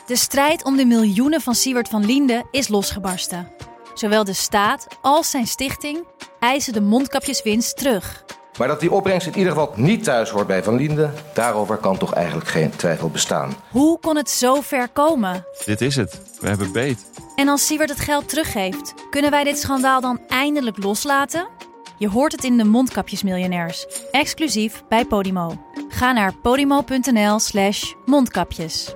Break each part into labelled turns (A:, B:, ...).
A: De strijd om de miljoenen van Siewert van Liende is losgebarsten. Zowel de staat als zijn stichting eisen de mondkapjeswinst terug.
B: Maar dat die opbrengst in ieder geval niet thuis hoort bij Van Liende, daarover kan toch eigenlijk geen twijfel bestaan.
A: Hoe kon het zo ver komen?
C: Dit is het. We hebben beet.
A: En als Siewert het geld teruggeeft, kunnen wij dit schandaal dan eindelijk loslaten? Je hoort het in de Mondkapjesmiljonairs, exclusief bij Podimo. Ga naar podimo.nl/mondkapjes.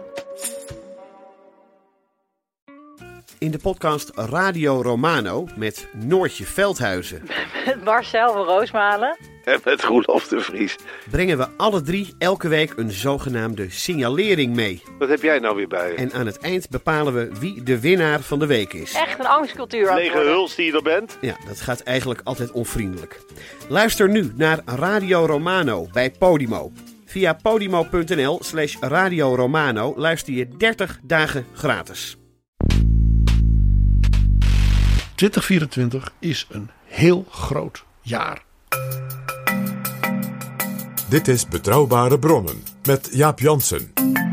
D: In de podcast Radio Romano met Noortje Veldhuizen.
E: Met Marcel van Roosmalen.
F: En met Roelof de Vries.
D: Brengen we alle drie elke week een zogenaamde signalering mee.
F: Wat heb jij nou weer bij je?
D: En aan het eind bepalen we wie de winnaar van de week is.
E: Echt een angstcultuur.
F: Lege huls die je er bent?
D: Ja, dat gaat eigenlijk altijd onvriendelijk. Luister nu naar Radio Romano bij Podimo. Via podimo.nl/Radio Romano luister je 30 dagen gratis.
G: 2024 is een heel groot jaar.
H: Dit is Betrouwbare Bronnen met Jaap Jansen.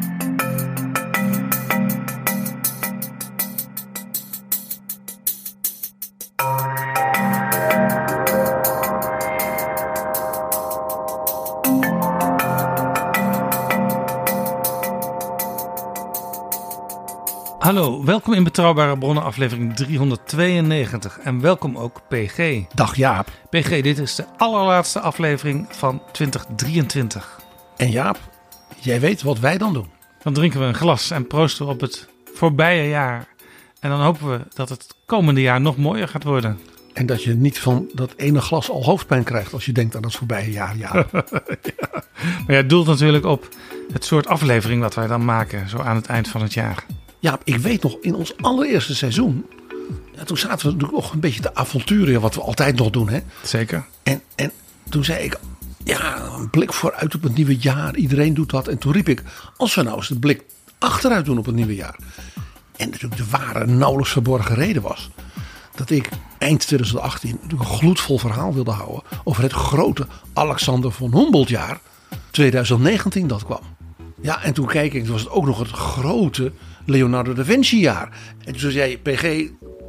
I: Hallo, welkom in Betrouwbare Bronnen aflevering 392 en welkom ook PG.
G: Dag Jaap.
I: PG, dit is de allerlaatste aflevering van 2023.
G: En Jaap, jij weet wat wij dan doen.
I: Dan drinken we een glas en proosten we op het voorbije jaar. En dan hopen we dat het komende jaar nog mooier gaat worden.
G: En dat je niet van dat ene glas al hoofdpijn krijgt als je denkt aan het voorbije jaar. Ja.
I: Ja. Maar jij doelt natuurlijk op het soort aflevering wat wij dan maken, zo aan het eind van het jaar.
G: Ja, ik weet nog, in ons allereerste seizoen, toen zaten we natuurlijk nog een beetje te avonturen, wat we altijd nog doen. Hè?
I: Zeker.
G: En toen zei ik, ja, een blik vooruit op het nieuwe jaar. Iedereen doet dat. En toen riep ik, als we nou eens de blik achteruit doen op het nieuwe jaar. En natuurlijk de ware, nauwelijks verborgen reden was dat ik eind 2018 natuurlijk een gloedvol verhaal wilde houden over het grote Alexander von Humboldt jaar 2019 dat kwam. Ja, en toen kijk ik, was het ook nog het grote Leonardo da Vinci jaar. En toen zei je, PG,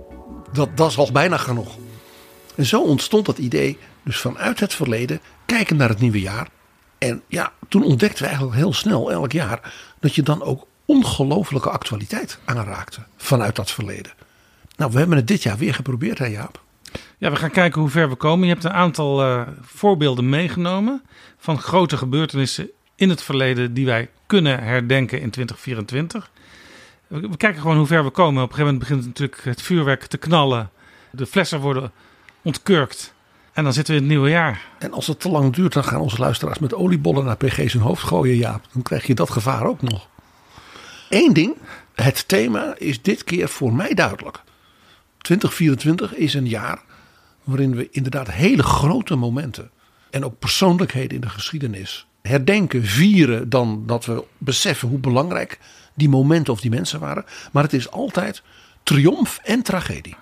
G: dat is al bijna genoeg. En zo ontstond dat idee, dus vanuit het verleden, kijken naar het nieuwe jaar. En ja, toen ontdekten we eigenlijk heel snel, elk jaar, dat je dan ook ongelofelijke actualiteit aanraakte vanuit dat verleden. Nou, we hebben het dit jaar weer geprobeerd, hè Jaap?
I: Ja, we gaan kijken hoe ver we komen. Je hebt een aantal voorbeelden meegenomen van grote gebeurtenissen in het verleden die wij kunnen herdenken in 2024. We kijken gewoon hoe ver we komen. Op een gegeven moment begint natuurlijk het vuurwerk te knallen. De flessen worden ontkurkt. En dan zitten we in het nieuwe jaar.
G: En als het te lang duurt, dan gaan onze luisteraars met oliebollen naar PG zijn hoofd gooien, Jaap. Dan krijg je dat gevaar ook nog. Eén ding, het thema is dit keer voor mij duidelijk. 2024 is een jaar waarin we inderdaad hele grote momenten en ook persoonlijkheden in de geschiedenis herdenken, vieren, dan dat we beseffen hoe belangrijk die momenten of die mensen waren. Maar het is altijd triomf en tragedie.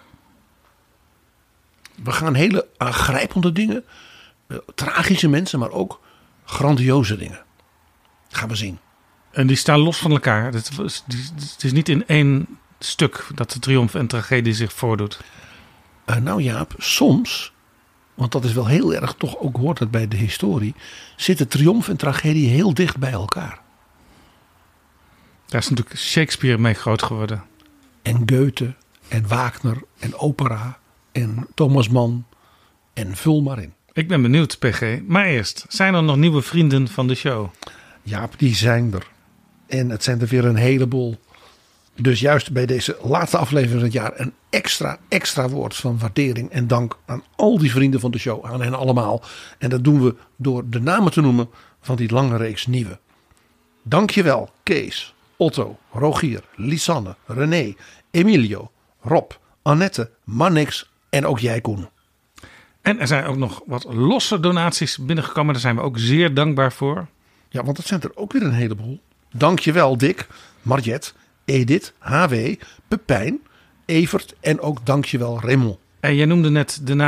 G: We gaan hele aangrijpende dingen, tragische mensen, maar ook grandioze dingen. Dat gaan we zien.
I: En die staan los van elkaar. Het is niet in één stuk dat de triomf en tragedie zich voordoet.
G: Nou Jaap, soms, want dat is wel heel erg, toch ook hoort het bij de historie, zitten triomf en tragedie heel dicht bij elkaar.
I: Daar is natuurlijk Shakespeare mee groot geworden.
G: En Goethe, en Wagner, en opera, en Thomas Mann, en vul maar in.
I: Ik ben benieuwd, PG. Maar eerst, zijn er nog nieuwe vrienden van de show?
G: Jaap, die zijn er. En het zijn er weer een heleboel. Dus juist bij deze laatste aflevering van het jaar een extra woord van waardering en dank aan al die vrienden van de show, aan hen allemaal. En dat doen we door de namen te noemen van die lange reeks nieuwe. Dankjewel Kees, Otto, Rogier, Lisanne, René, Emilio, Rob, Annette, Mannix en ook jij Koen.
I: En er zijn ook nog wat losse donaties binnengekomen. Daar zijn we ook zeer dankbaar voor.
G: Ja, want dat zijn er ook weer een heleboel. Dankjewel Dick, Mariette, Edith, HW, Pepijn, Evert en ook dankjewel Raymond.
I: En jij noemde net de naam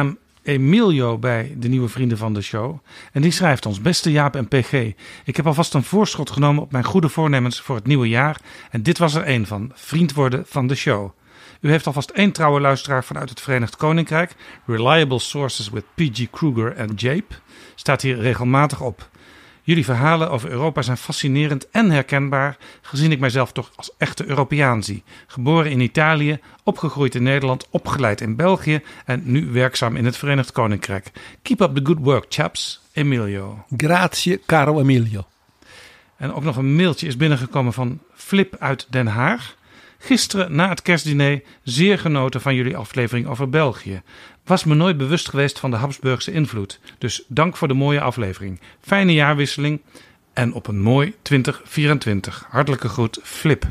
I: Emilio bij de nieuwe vrienden van de show. En die schrijft ons: beste Jaap en PG, ik heb alvast een voorschot genomen op mijn goede voornemens voor het nieuwe jaar. En dit was er één van: vriend worden van de show. U heeft alvast 1 trouwe luisteraar vanuit het Verenigd Koninkrijk. Reliable sources with P.G. Kruger en Jape. Staat hier regelmatig op. Jullie verhalen over Europa zijn fascinerend en herkenbaar, gezien ik mijzelf toch als echte Europeaan zie. Geboren in Italië, opgegroeid in Nederland, opgeleid in België en nu werkzaam in het Verenigd Koninkrijk. Keep up the good work, chaps. Emilio.
G: Grazie, caro Emilio.
I: En ook nog een mailtje is binnengekomen van Flip uit Den Haag. Gisteren na het kerstdiner zeer genoten van jullie aflevering over België. Was me nooit bewust geweest van de Habsburgse invloed. Dus dank voor de mooie aflevering. Fijne jaarwisseling en op een mooi 2024. Hartelijke groet, Flip.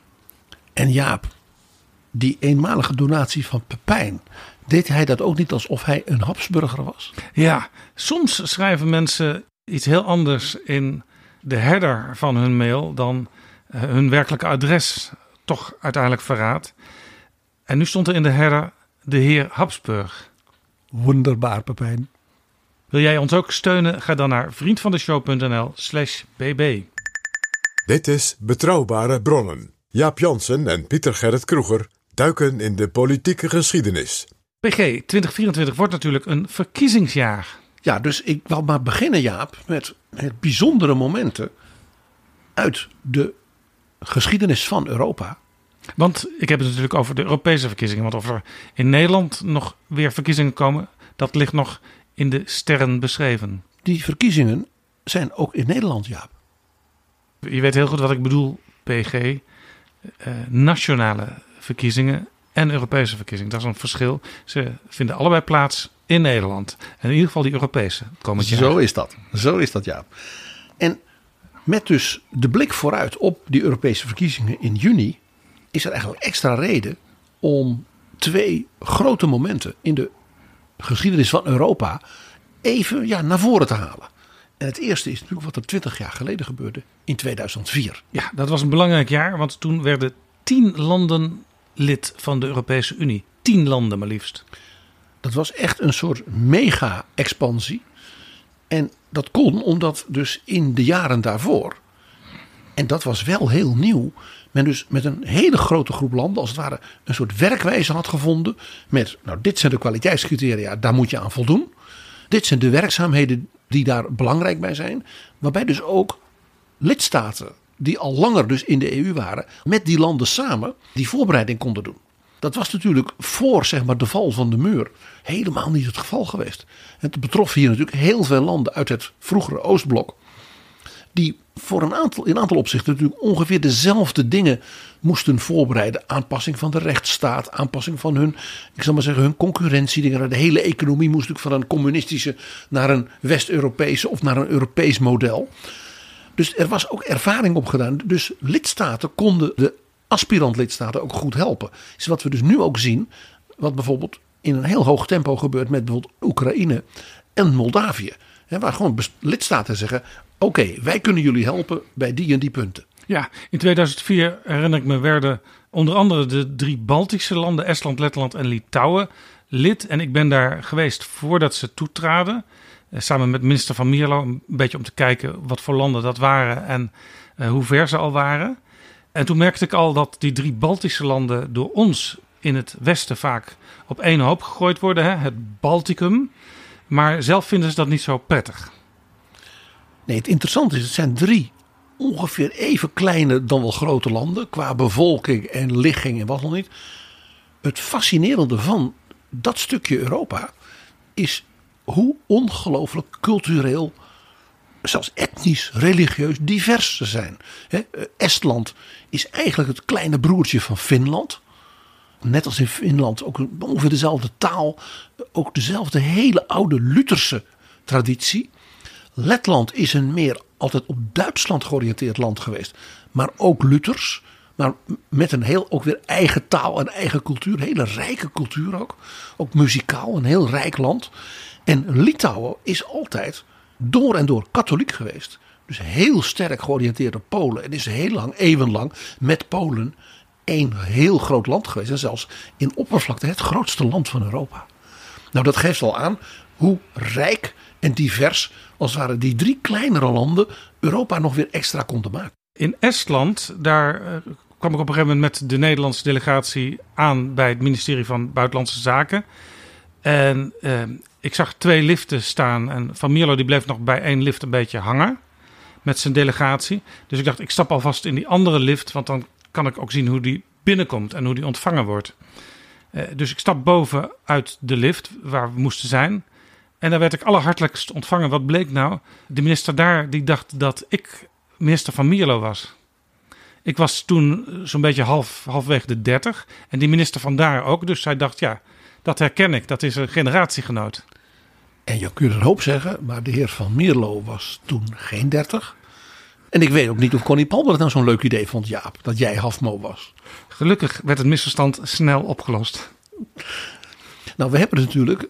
G: En Jaap, die eenmalige donatie van Pepijn, deed hij dat ook niet alsof hij een Habsburger was?
I: Ja, soms schrijven mensen iets heel anders in de header van hun mail dan hun werkelijke adres toch uiteindelijk verraadt. En nu stond er in de header de heer Habsburg.
G: Wonderbaar, Pepijn.
I: Wil jij ons ook steunen? Ga dan naar vriendvandeshow.nl/bb.
H: Dit is Betrouwbare Bronnen. Jaap Jansen en Pieter Gerrit Kroeger duiken in de politieke geschiedenis.
I: PG, 2024 wordt natuurlijk een verkiezingsjaar.
G: Ja, dus ik wil maar beginnen, Jaap, met het bijzondere momenten uit de geschiedenis van Europa.
I: Want ik heb het natuurlijk over de Europese verkiezingen. Want of er in Nederland nog weer verkiezingen komen, dat ligt nog in de sterren beschreven.
G: Die verkiezingen zijn ook in Nederland, Jaap.
I: Je weet heel goed wat ik bedoel, PG. Nationale verkiezingen en Europese verkiezingen. Dat is een verschil. Ze vinden allebei plaats in Nederland. En in ieder geval die Europese komend jaar.
G: Zo is dat, Jaap. En met dus de blik vooruit op die Europese verkiezingen in juni is er eigenlijk extra reden om 2 grote momenten in de geschiedenis van Europa even naar voren te halen. En het eerste is natuurlijk wat er 20 jaar geleden gebeurde in 2004.
I: Ja, dat was een belangrijk jaar, want toen werden 10 landen lid van de Europese Unie. 10 landen maar liefst.
G: Dat was echt een soort mega-expansie. En dat kon omdat dus in de jaren daarvoor, en dat was wel heel nieuw, men dus met een hele grote groep landen als het ware een soort werkwijze had gevonden met, dit zijn de kwaliteitscriteria, daar moet je aan voldoen. Dit zijn de werkzaamheden die daar belangrijk bij zijn. Waarbij dus ook lidstaten die al langer dus in de EU waren, met die landen samen die voorbereiding konden doen. Dat was natuurlijk voor de val van de muur helemaal niet het geval geweest. Het betrof hier natuurlijk heel veel landen uit het vroegere Oostblok. Die voor in een aantal opzichten natuurlijk ongeveer dezelfde dingen moesten voorbereiden. Aanpassing van de rechtsstaat, aanpassing van hun concurrentiedingen. De hele economie moest natuurlijk van een communistische naar een West-Europese of naar een Europees model. Dus er was ook ervaring opgedaan. Dus lidstaten konden de aspirant-lidstaten ook goed helpen. Is wat we dus nu ook zien, wat bijvoorbeeld in een heel hoog tempo gebeurt met bijvoorbeeld Oekraïne en Moldavië. Waar gewoon lidstaten zeggen, oké, wij kunnen jullie helpen bij die en die punten.
I: Ja, in 2004 herinner ik me werden onder andere de 3 Baltische landen, Estland, Letland en Litouwen, lid. En ik ben daar geweest voordat ze toetraden. Samen met minister van Mierlo, een beetje om te kijken wat voor landen dat waren en hoe ver ze al waren. En toen merkte ik al dat die 3 Baltische landen door ons in het Westen vaak op één hoop gegooid worden. Het Balticum. Maar zelf vinden ze dat niet zo prettig.
G: Nee, het interessante is, het zijn 3 ongeveer even kleine dan wel grote landen. Qua bevolking en ligging en wat nog niet. Het fascinerende van dat stukje Europa is hoe ongelooflijk cultureel, zelfs etnisch, religieus divers ze zijn. Estland is eigenlijk het kleine broertje van Finland. Net als in Finland ook ongeveer dezelfde taal. Ook dezelfde hele oude Lutherse traditie. Letland is een meer altijd op Duitsland georiënteerd land geweest. Maar ook Luthers. Maar met een heel ook weer eigen taal en eigen cultuur. Een hele rijke cultuur ook. Ook muzikaal, een heel rijk land. En Litouwen is altijd door en door katholiek geweest. Dus heel sterk georiënteerd op Polen. En is heel lang, eeuwenlang met Polen een heel groot land geweest. En zelfs in oppervlakte het grootste land van Europa. Nou, dat geeft al aan hoe rijk en divers als het ware die 3 kleinere landen Europa nog weer extra konden maken.
I: In Estland, daar kwam ik op een gegeven moment met de Nederlandse delegatie aan bij het ministerie van Buitenlandse Zaken. En ik zag 2 liften staan en Van Mierlo die bleef nog bij 1 lift een beetje hangen met zijn delegatie. Dus ik dacht, ik stap alvast in die andere lift, want dan kan ik ook zien hoe die binnenkomt en hoe die ontvangen wordt. Dus ik stap boven uit de lift waar we moesten zijn. En daar werd ik allerhartelijkst ontvangen. Wat bleek nou? De minister daar die dacht dat ik minister Van Mierlo was. Ik was toen zo'n beetje halfwege de 30. En die minister van daar ook. Dus zij dacht, ja, dat herken ik. Dat is een generatiegenoot.
G: En je kunt er een hoop zeggen, maar de heer Van Mierlo was toen geen 30. En ik weet ook niet of Connie Palmer het nou zo'n leuk idee vond, Jaap, dat jij halfmo was.
I: Gelukkig werd het misverstand snel opgelost.
G: Nou, we hebben het natuurlijk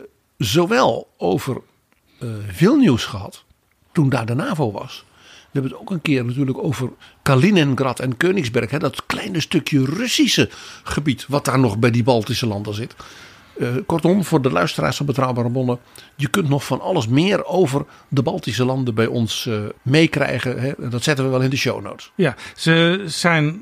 G: zowel over veel nieuws gehad toen daar de NAVO was. We hebben het ook een keer natuurlijk over Kaliningrad en Königsberg. Hè, dat kleine stukje Russische gebied wat daar nog bij die Baltische landen zit. Kortom, voor de luisteraars van Betrouwbare Bronnen. Je kunt nog van alles meer over de Baltische landen bij ons meekrijgen. Hè. Dat zetten we wel in de show notes.
I: Ja, ze zijn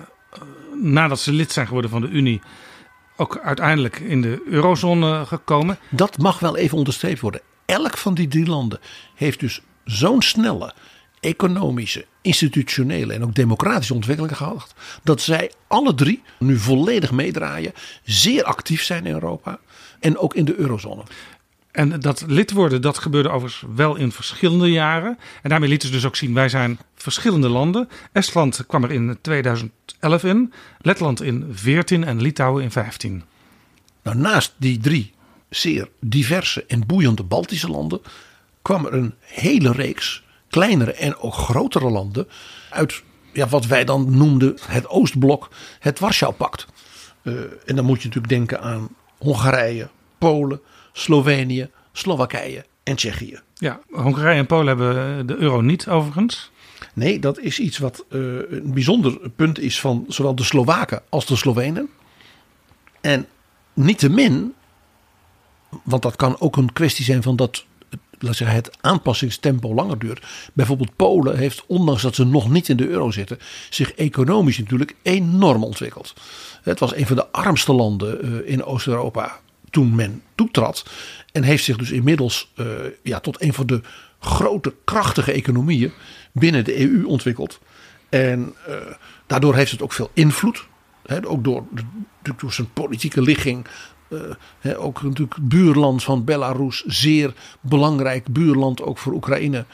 I: nadat ze lid zijn geworden van de Unie ook uiteindelijk in de eurozone gekomen.
G: Dat mag wel even onderstreept worden. Elk van die 3 landen heeft dus zo'n snelle economische, institutionele en ook democratische ontwikkelingen gehad. Dat zij alle 3 nu volledig meedraaien. Zeer actief zijn in Europa. En ook in de eurozone.
I: En dat lid worden, dat gebeurde overigens wel in verschillende jaren. En daarmee lieten ze dus ook zien, wij zijn verschillende landen. Estland kwam er in 2011 in. Letland in 14 en Litouwen in 15.
G: Nou, naast die 3 zeer diverse en boeiende Baltische landen kwam er een hele reeks kleinere en ook grotere landen uit wat wij dan noemden het Oostblok, het Warschau-pact. En dan moet je natuurlijk denken aan Hongarije, Polen, Slovenië, Slowakije en Tsjechië.
I: Ja, Hongarije en Polen hebben de euro niet overigens.
G: Nee, dat is iets wat een bijzonder punt is van zowel de Slowaken als de Slovenen. En niettemin, want dat kan ook een kwestie zijn van dat het aanpassingstempo langer duurt. Bijvoorbeeld Polen heeft, ondanks dat ze nog niet in de euro zitten, zich economisch natuurlijk enorm ontwikkeld. Het was een van de armste landen in Oost-Europa toen men toetrad. En heeft zich dus inmiddels tot een van de grote, krachtige economieën binnen de EU ontwikkeld. En daardoor heeft het ook veel invloed. Ook door zijn politieke ligging. Ook natuurlijk buurland van Belarus, zeer belangrijk buurland ook voor Oekraïne.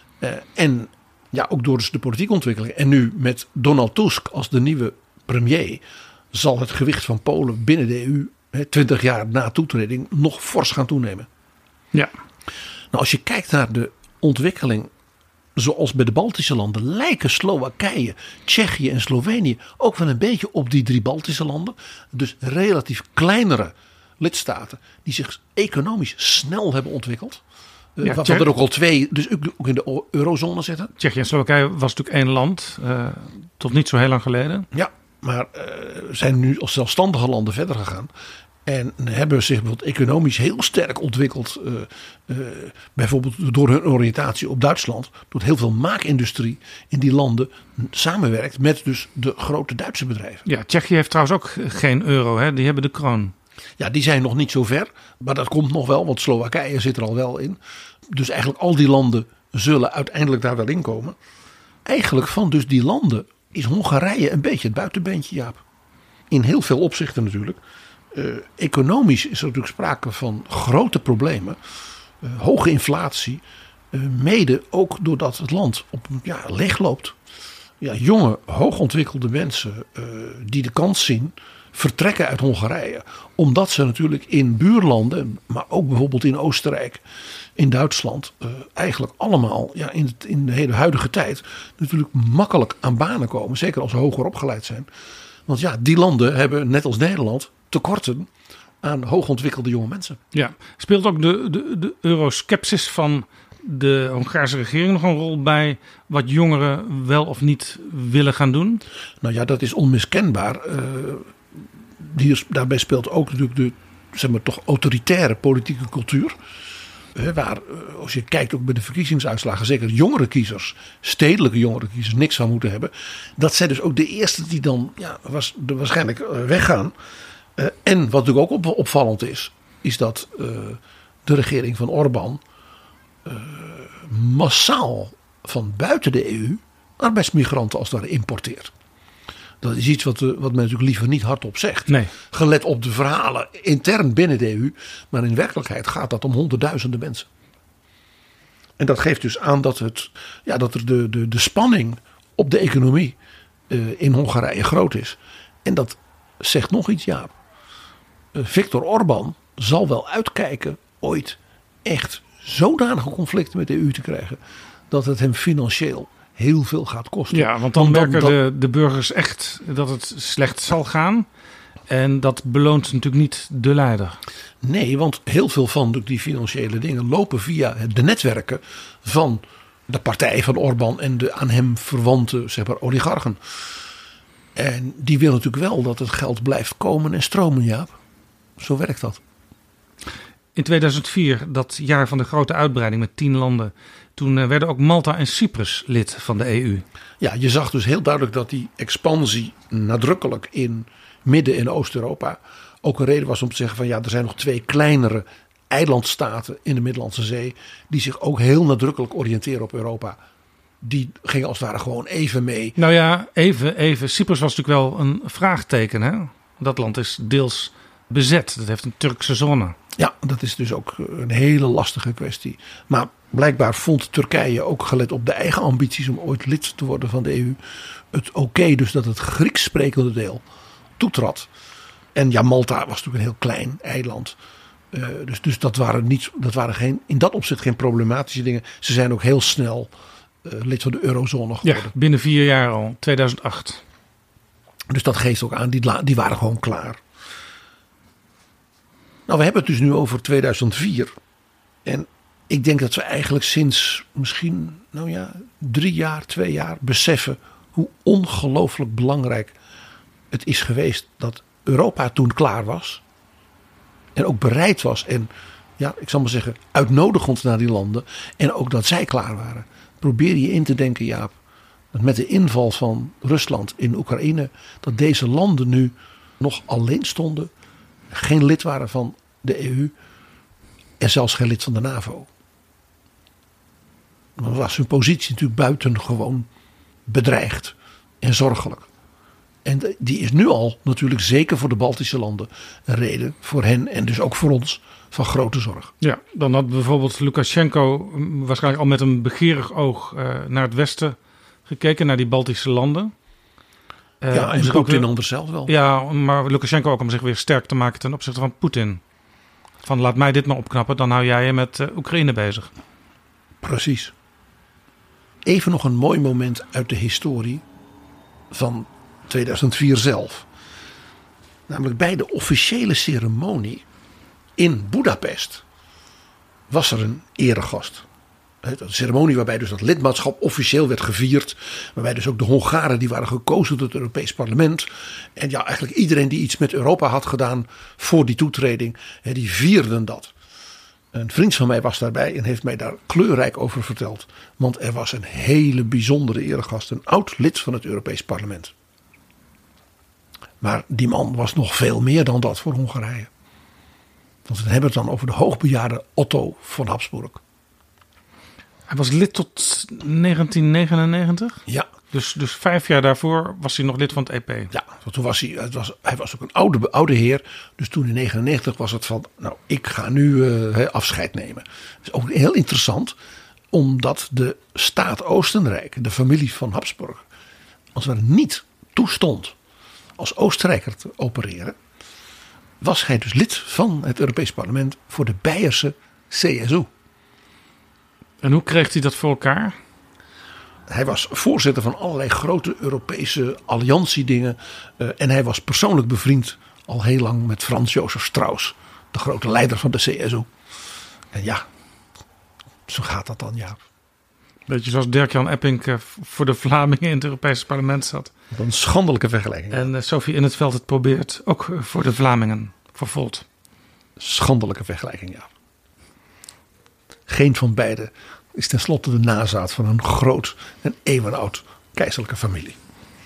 G: En ook door dus de politieke ontwikkeling. En nu met Donald Tusk als de nieuwe premier zal het gewicht van Polen binnen de EU 20 jaar na toetreding nog fors gaan toenemen.
I: Ja.
G: Nou, als je kijkt naar de ontwikkeling zoals bij de Baltische landen, lijken Slowakije, Tsjechië en Slovenië ook wel een beetje op die 3 Baltische landen. Dus relatief kleinere lidstaten die zich economisch snel hebben ontwikkeld. Waarvan er ook al 2 dus ook in de eurozone zitten.
I: Tsjechië en Slowakije was natuurlijk 1 land tot niet zo heel lang geleden.
G: Ja, maar zijn nu als zelfstandige landen verder gegaan. En hebben zich bijvoorbeeld economisch heel sterk ontwikkeld. Bijvoorbeeld door hun oriëntatie op Duitsland. Door heel veel maakindustrie in die landen samenwerkt met dus de grote Duitse bedrijven.
I: Ja, Tsjechië heeft trouwens ook geen euro. Hè? Die hebben de kroon.
G: Ja, die zijn nog niet zo ver. Maar dat komt nog wel, want Slowakije zit er al wel in. Dus eigenlijk al die landen zullen uiteindelijk daar wel in komen. Eigenlijk van dus die landen is Hongarije een beetje het buitenbeentje, Jaap. In heel veel opzichten natuurlijk. Economisch is er natuurlijk sprake van grote problemen. Hoge inflatie. Mede ook doordat het land leegloopt. Ja, jonge, hoogontwikkelde mensen die de kans zien vertrekken uit Hongarije. Omdat ze natuurlijk in buurlanden, maar ook bijvoorbeeld in Oostenrijk, in Duitsland, eigenlijk allemaal in de hele huidige tijd natuurlijk makkelijk aan banen komen. Zeker als ze hoger opgeleid zijn. Want ja, die landen hebben net als Nederland tekorten aan hoogontwikkelde jonge mensen. Ja,
I: speelt ook de euroskepsis van de Hongaarse regering nog een rol bij wat jongeren wel of niet willen gaan doen? Nou ja, dat is onmiskenbaar. Daarbij speelt ook natuurlijk de
G: zeg maar, toch autoritaire politieke cultuur. Waar, als je kijkt ook bij de verkiezingsuitslagen, zeker jongere kiezers, stedelijke jongere kiezers, niks van moeten hebben. Dat zijn dus ook de eerste die dan waarschijnlijk weggaan. En wat natuurlijk ook opvallend is dat de regering van Orbán massaal van buiten de EU arbeidsmigranten als het ware importeert. Dat is iets wat men natuurlijk liever niet hardop zegt. Nee. Gelet op de verhalen intern binnen de EU. Maar in werkelijkheid gaat dat om honderdduizenden mensen. En dat geeft dus aan dat er de spanning op de economie in Hongarije groot is. En dat zegt nog iets, Jaap. Viktor Orbán zal wel uitkijken ooit echt zodanige conflicten met de EU te krijgen. Dat het hem financieel heel veel gaat kosten.
I: Ja, want dan merken de burgers echt dat het slecht zal gaan. En dat beloont natuurlijk niet de leider.
G: Nee, want heel veel van die financiële dingen lopen via de netwerken van de partij van Orbán en de aan hem verwante, zeg maar, oligarchen. En die willen natuurlijk wel dat het geld blijft komen en stromen, Jaap. Zo werkt dat.
I: In 2004, dat jaar van de grote uitbreiding met 10 landen. Toen werden ook Malta en Cyprus lid van de EU.
G: Ja, je zag dus heel duidelijk dat die expansie nadrukkelijk in Midden- en Oost-Europa ook een reden was om te zeggen van ja, er zijn nog 2 kleinere eilandstaten in de Middellandse Zee die zich ook heel nadrukkelijk oriënteren op Europa. Die gingen als het ware gewoon even mee.
I: Nou ja, even. Cyprus was natuurlijk wel een vraagteken. Hè? Dat land is deels bezet. Dat heeft een Turkse zone.
G: Ja, dat is dus ook een hele lastige kwestie. Maar blijkbaar vond Turkije ook, gelet op de eigen ambities om ooit lid te worden van de EU, het oké dus dat het Grieks sprekende deel toetrad. En ja, Malta was natuurlijk een heel klein eiland. Dus dat waren geen, in dat opzicht geen problematische dingen. Ze zijn ook heel snel lid van de eurozone geworden.
I: Ja, binnen 4 jaar al, 2008.
G: Dus dat geeft ook aan, die waren gewoon klaar. Nou, we hebben het dus nu over 2004. En ik denk dat we eigenlijk sinds misschien 3 jaar, 2 jaar beseffen hoe ongelooflijk belangrijk het is geweest dat Europa toen klaar was. En ook bereid was en ja, ik zal maar zeggen uitnodigend naar die landen. En ook dat zij klaar waren. Probeer je in te denken, Jaap, dat met de inval van Rusland in Oekraïne, dat deze landen nu nog alleen stonden. Geen lid waren van de EU en zelfs geen lid van de NAVO. Dan was hun positie natuurlijk buitengewoon bedreigd en zorgelijk. En die is nu al natuurlijk zeker voor de Baltische landen een reden voor hen en dus ook voor ons van grote zorg.
I: Ja, dan had bijvoorbeeld Lukasjenko waarschijnlijk al met een begeerig oog naar het westen gekeken, naar die Baltische landen.
G: Ja, en Poetin anders zelf wel.
I: Ja, maar Lukasjenko ook om zich weer sterk te maken ten opzichte van Poetin. Van laat mij dit maar opknappen, dan hou jij je met Oekraïne bezig.
G: Precies. Even nog een mooi moment uit de historie van 2004 zelf. Namelijk bij de officiële ceremonie in Boedapest was er een eregast. Een ceremonie waarbij dus dat lidmaatschap officieel werd gevierd. Waarbij dus ook de Hongaren die waren gekozen door het Europees Parlement. En ja, eigenlijk iedereen die iets met Europa had gedaan voor die toetreding. Die vierden dat. Een vriend van mij was daarbij en heeft mij daar kleurrijk over verteld. Want er was een hele bijzondere eregast. Een oud lid van het Europees Parlement. Maar die man was nog veel meer dan dat voor Hongarije. Want we hebben het dan over de hoogbejaarde Otto von Habsburg.
I: Hij was lid tot 1999?
G: Ja.
I: Dus 5 jaar daarvoor was hij nog lid van het EP?
G: Ja, want toen was hij was ook een oude heer. Dus toen in 1999 was het van, nou, ik ga nu afscheid nemen. Dat is ook heel interessant, omdat de staat Oostenrijk, de familie van Habsburg, als er niet toestond als Oostenrijker te opereren, was hij dus lid van het Europees Parlement voor de Beierse CSU.
I: En hoe kreeg hij dat voor elkaar?
G: Hij was voorzitter van allerlei grote Europese alliantiedingen. En hij was persoonlijk bevriend al heel lang met Frans Jozef Strauss, de grote leider van de CSU. En ja, zo gaat dat dan, ja.
I: Beetje zoals Dirk-Jan Epping voor de Vlamingen in het Europese parlement zat.
G: Een schandelijke vergelijking.
I: En Sophie in het Veld het probeert ook voor de Vlamingen voor Volt.
G: schandelijke vergelijking, ja. Geen van beiden is tenslotte de nazaat van een groot en eeuwenoud keizerlijke familie.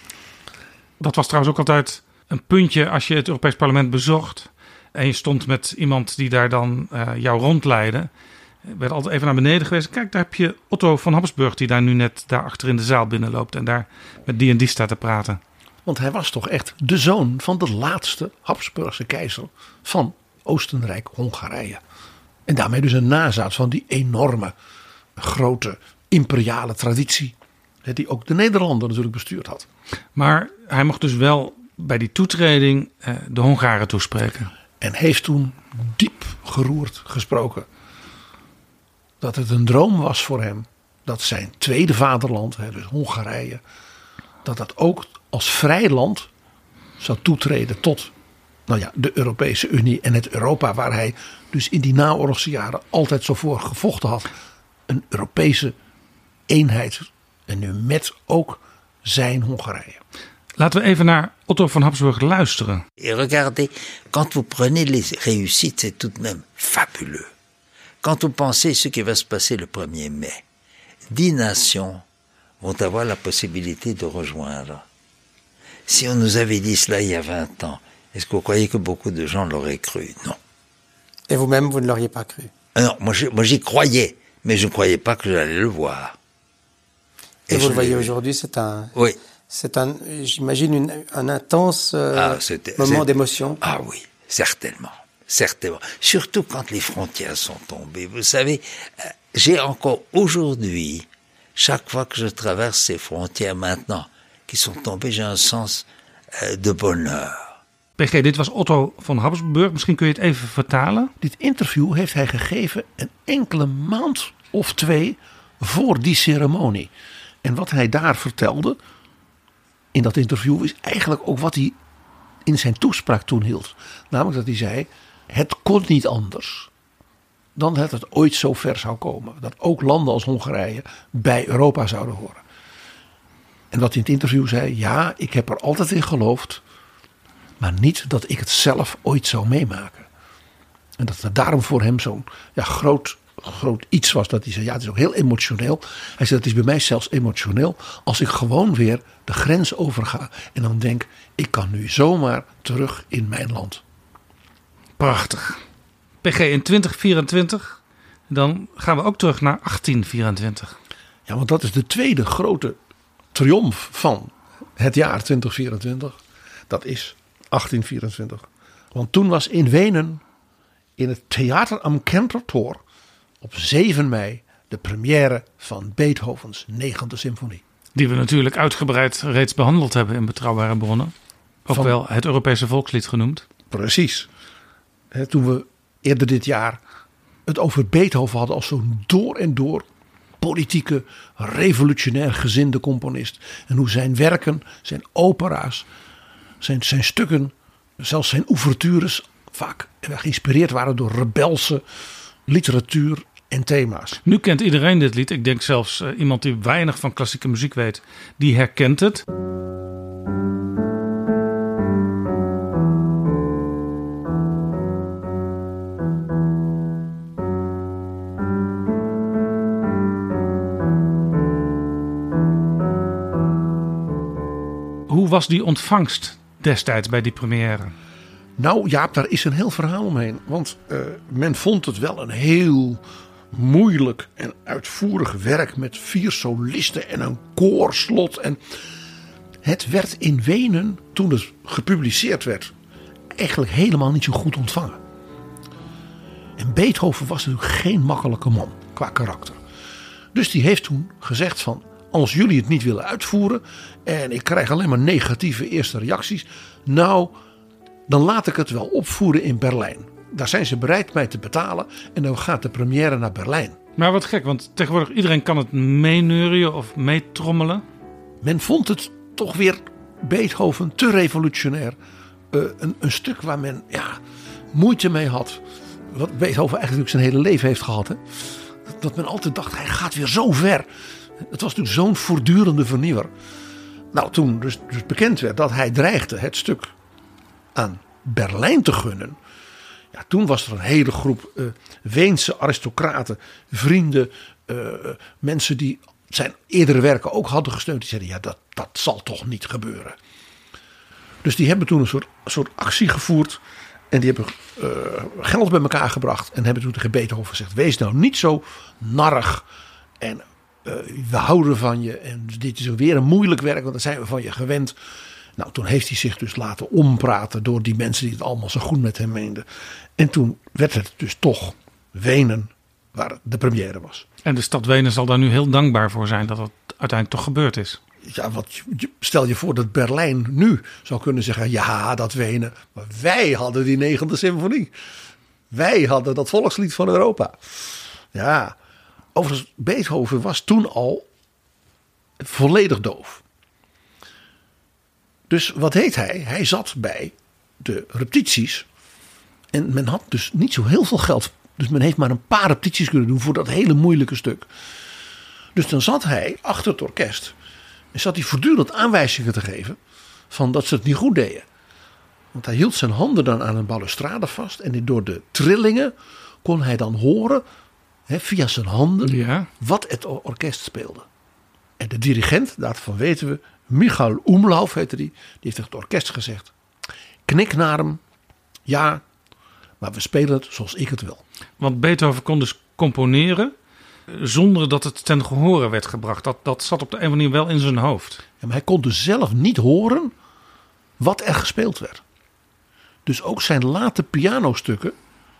I: Dat was trouwens ook altijd een puntje als je het Europees Parlement bezocht. En je stond met iemand die daar dan jou rondleidde. Werd altijd even naar beneden geweest. Kijk, daar heb je Otto van Habsburg die daar nu net daar achter in de zaal binnenloopt. En daar met die en die staat te praten.
G: Want hij was toch echt de zoon van de laatste Habsburgse keizer van Oostenrijk-Hongarije. En daarmee dus een nazaat van die enorme, grote, imperiale traditie. Die ook de Nederlanden natuurlijk bestuurd had.
I: Maar hij mocht dus wel bij die toetreding de Hongaren toespreken.
G: En heeft toen diep geroerd gesproken. Dat het een droom was voor hem. Dat zijn tweede vaderland, dus Hongarije. Dat ook als vrij land zou toetreden tot de Europese Unie en het Europa. Waar hij dus in die naoorlogse jaren altijd zo voor gevochten had. Een Europese eenheid. En nu met ook zijn Hongarije.
I: Laten we even naar Otto van Habsburg luisteren.
J: Et regardez, quand vous prenez les réussites, c'est tout de même fabuleux. Quand vous pensez ce qui va se passer le 1er mai, 10 nations vont avoir la possibilité de rejoindre. Si on nous avait dit cela il y a 20 ans, est-ce que vous croyez que beaucoup de gens l'auraient cru? Non.
K: Et vous-même, vous ne l'auriez pas cru?
J: Non, moi j'y croyais, mais je ne croyais pas que j'allais le voir.
K: Et vous le voyez aujourd'hui, c'est un...
J: Oui.
K: C'est j'imagine, un intense moment d'émotion.
J: Ah oui, certainement. Surtout quand les frontières sont tombées. Vous savez, j'ai encore aujourd'hui, chaque fois que je traverse ces frontières maintenant, qui sont tombées, j'ai un sens de bonheur.
I: PG, dit was Otto van Habsburg. Misschien kun je het even vertalen.
G: Dit interview heeft hij gegeven een enkele maand of 2 voor die ceremonie. En wat hij daar vertelde in dat interview is eigenlijk ook wat hij in zijn toespraak toen hield. Namelijk dat hij zei, het kon niet anders dan dat het ooit zo ver zou komen. Dat ook landen als Hongarije bij Europa zouden horen. En wat hij in het interview zei, ja, ik heb er altijd in geloofd, maar niet dat ik het zelf ooit zou meemaken. En dat het daarom voor hem zo'n groot iets was. Dat hij zei, ja, het is ook heel emotioneel. Hij zei, het is bij mij zelfs emotioneel als ik gewoon weer de grens overga. En dan denk, ik kan nu zomaar terug in mijn land.
I: Prachtig. PG, in 2024, dan gaan we ook terug naar 1824.
G: Ja, want dat is de tweede grote triomf van het jaar 2024. Dat is 1824. Want toen was in Wenen, in het Theater am Kemplertor, op 7 mei de première van Beethovens 9e symfonie.
I: Die we natuurlijk uitgebreid reeds behandeld hebben in Betrouwbare Bronnen. Ook wel het Europese volkslied genoemd.
G: Precies. Toen we eerder dit jaar het over Beethoven hadden als zo'n door en door politieke, revolutionair gezinde componist. En hoe zijn werken, zijn opera's, zijn stukken, zelfs zijn ouvertures vaak geïnspireerd waren door rebelse literatuur en thema's.
I: Nu kent iedereen dit lied. Ik denk zelfs iemand die weinig van klassieke muziek weet, die herkent het. Hoe was die ontvangst destijds bij die première?
G: Nou Jaap, daar is een heel verhaal omheen. Want men vond het wel een heel moeilijk en uitvoerig werk met 4 solisten en een koorslot. En het werd in Wenen, toen het gepubliceerd werd, eigenlijk helemaal niet zo goed ontvangen. En Beethoven was natuurlijk geen makkelijke man qua karakter. Dus die heeft toen gezegd van, als jullie het niet willen uitvoeren en ik krijg alleen maar negatieve eerste reacties, nou, dan laat ik het wel opvoeren in Berlijn. Daar zijn ze bereid mij te betalen en dan gaat de première naar Berlijn.
I: Maar wat gek, want tegenwoordig iedereen kan het meeneurien of meetrommelen.
G: Men vond het toch weer Beethoven te revolutionair. Een stuk waar men moeite mee had. Wat Beethoven eigenlijk zijn hele leven heeft gehad. Hè? Dat men altijd dacht, hij gaat weer zo ver. Het was natuurlijk zo'n voortdurende vernieuwer. Nou, toen dus bekend werd dat hij dreigde het stuk aan Berlijn te gunnen. Ja, toen was er een hele groep Weense aristocraten, vrienden, mensen die zijn eerdere werken ook hadden gesteund. Die zeiden, ja, dat zal toch niet gebeuren. Dus die hebben toen een soort actie gevoerd. En die hebben geld bij elkaar gebracht. En hebben toen tegen Beethoven gezegd, wees nou niet zo narrig. En we houden van je. En dit is weer een moeilijk werk, want dat zijn we van je gewend. Nou, toen heeft hij zich dus laten ompraten door die mensen die het allemaal zo goed met hem meenden. En toen werd het dus toch Wenen waar de première was.
I: En de stad Wenen zal daar nu heel dankbaar voor zijn dat het uiteindelijk toch gebeurd is.
G: Ja, stel je voor dat Berlijn nu zou kunnen zeggen, ja, dat Wenen. Maar wij hadden die 9e symfonie. Wij hadden dat volkslied van Europa. Ja, overigens, Beethoven was toen al volledig doof. Dus wat deed hij? Hij zat bij de repetities. En men had dus niet zo heel veel geld. Dus men heeft maar een paar repetities kunnen doen voor dat hele moeilijke stuk. Dus dan zat hij achter het orkest. En zat hij voortdurend aanwijzingen te geven van dat ze het niet goed deden. Want hij hield zijn handen dan aan een balustrade vast. En door de trillingen kon hij dan horen, via zijn handen, wat het orkest speelde. En de dirigent, daarvan weten we, Michael Umlauf heette die heeft tegen het orkest gezegd, knik naar hem, ja, maar we spelen het zoals ik het wil.
I: Want Beethoven kon dus componeren zonder dat het ten gehore werd gebracht. Dat zat op de een of andere manier wel in zijn hoofd.
G: Ja, maar hij kon dus zelf niet horen wat er gespeeld werd. Dus ook zijn late pianostukken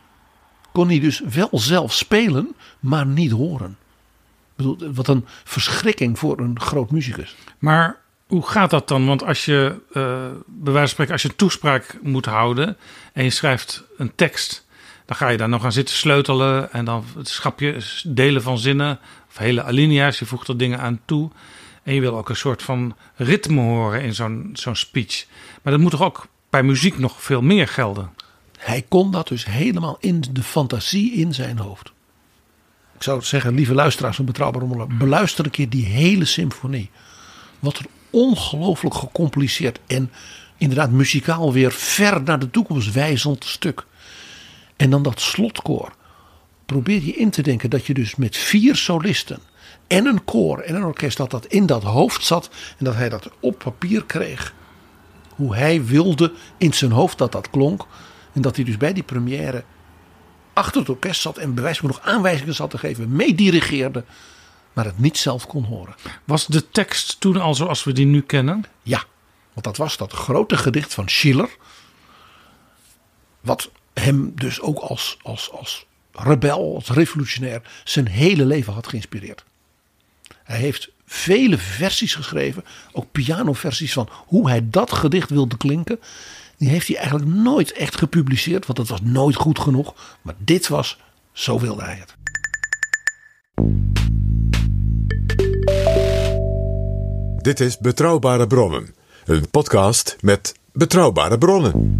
G: kon hij dus wel zelf spelen, maar niet horen. Ik bedoel, wat een verschrikking voor een groot muzikus.
I: Maar hoe gaat dat dan? Want als je, bij wijze van spreken, als je een toespraak moet houden en je schrijft een tekst, dan ga je daar nog aan zitten sleutelen en dan schap je delen van zinnen of hele alinea's. Je voegt er dingen aan toe en je wil ook een soort van ritme horen in zo'n speech. Maar dat moet toch ook bij muziek nog veel meer gelden?
G: Hij kon dat dus helemaal in de fantasie in zijn hoofd. Ik zou zeggen, lieve luisteraars van Betrouwbare Bronnen, beluister een keer die hele symfonie. Wat een ongelooflijk gecompliceerd en inderdaad muzikaal weer ver naar de toekomst wijzend stuk. En dan dat slotkoor. Probeer je in te denken dat je dus met 4 solisten en een koor en een orkest dat in dat hoofd zat en dat hij dat op papier kreeg. Hoe hij wilde in zijn hoofd dat klonk. En dat hij dus bij die première achter het orkest zat en bewijs nog aanwijzingen zat te geven, meedirigeerde, maar het niet zelf kon horen.
I: Was de tekst toen al zoals we die nu kennen?
G: Ja, want dat was dat grote gedicht van Schiller, wat hem dus ook als rebel, als revolutionair, zijn hele leven had geïnspireerd. Hij heeft vele versies geschreven, ook pianoversies van hoe hij dat gedicht wilde klinken. Die heeft hij eigenlijk nooit echt gepubliceerd, want dat was nooit goed genoeg. Maar dit was, zo wilde hij het.
H: Dit is Betrouwbare Bronnen, een podcast met betrouwbare bronnen.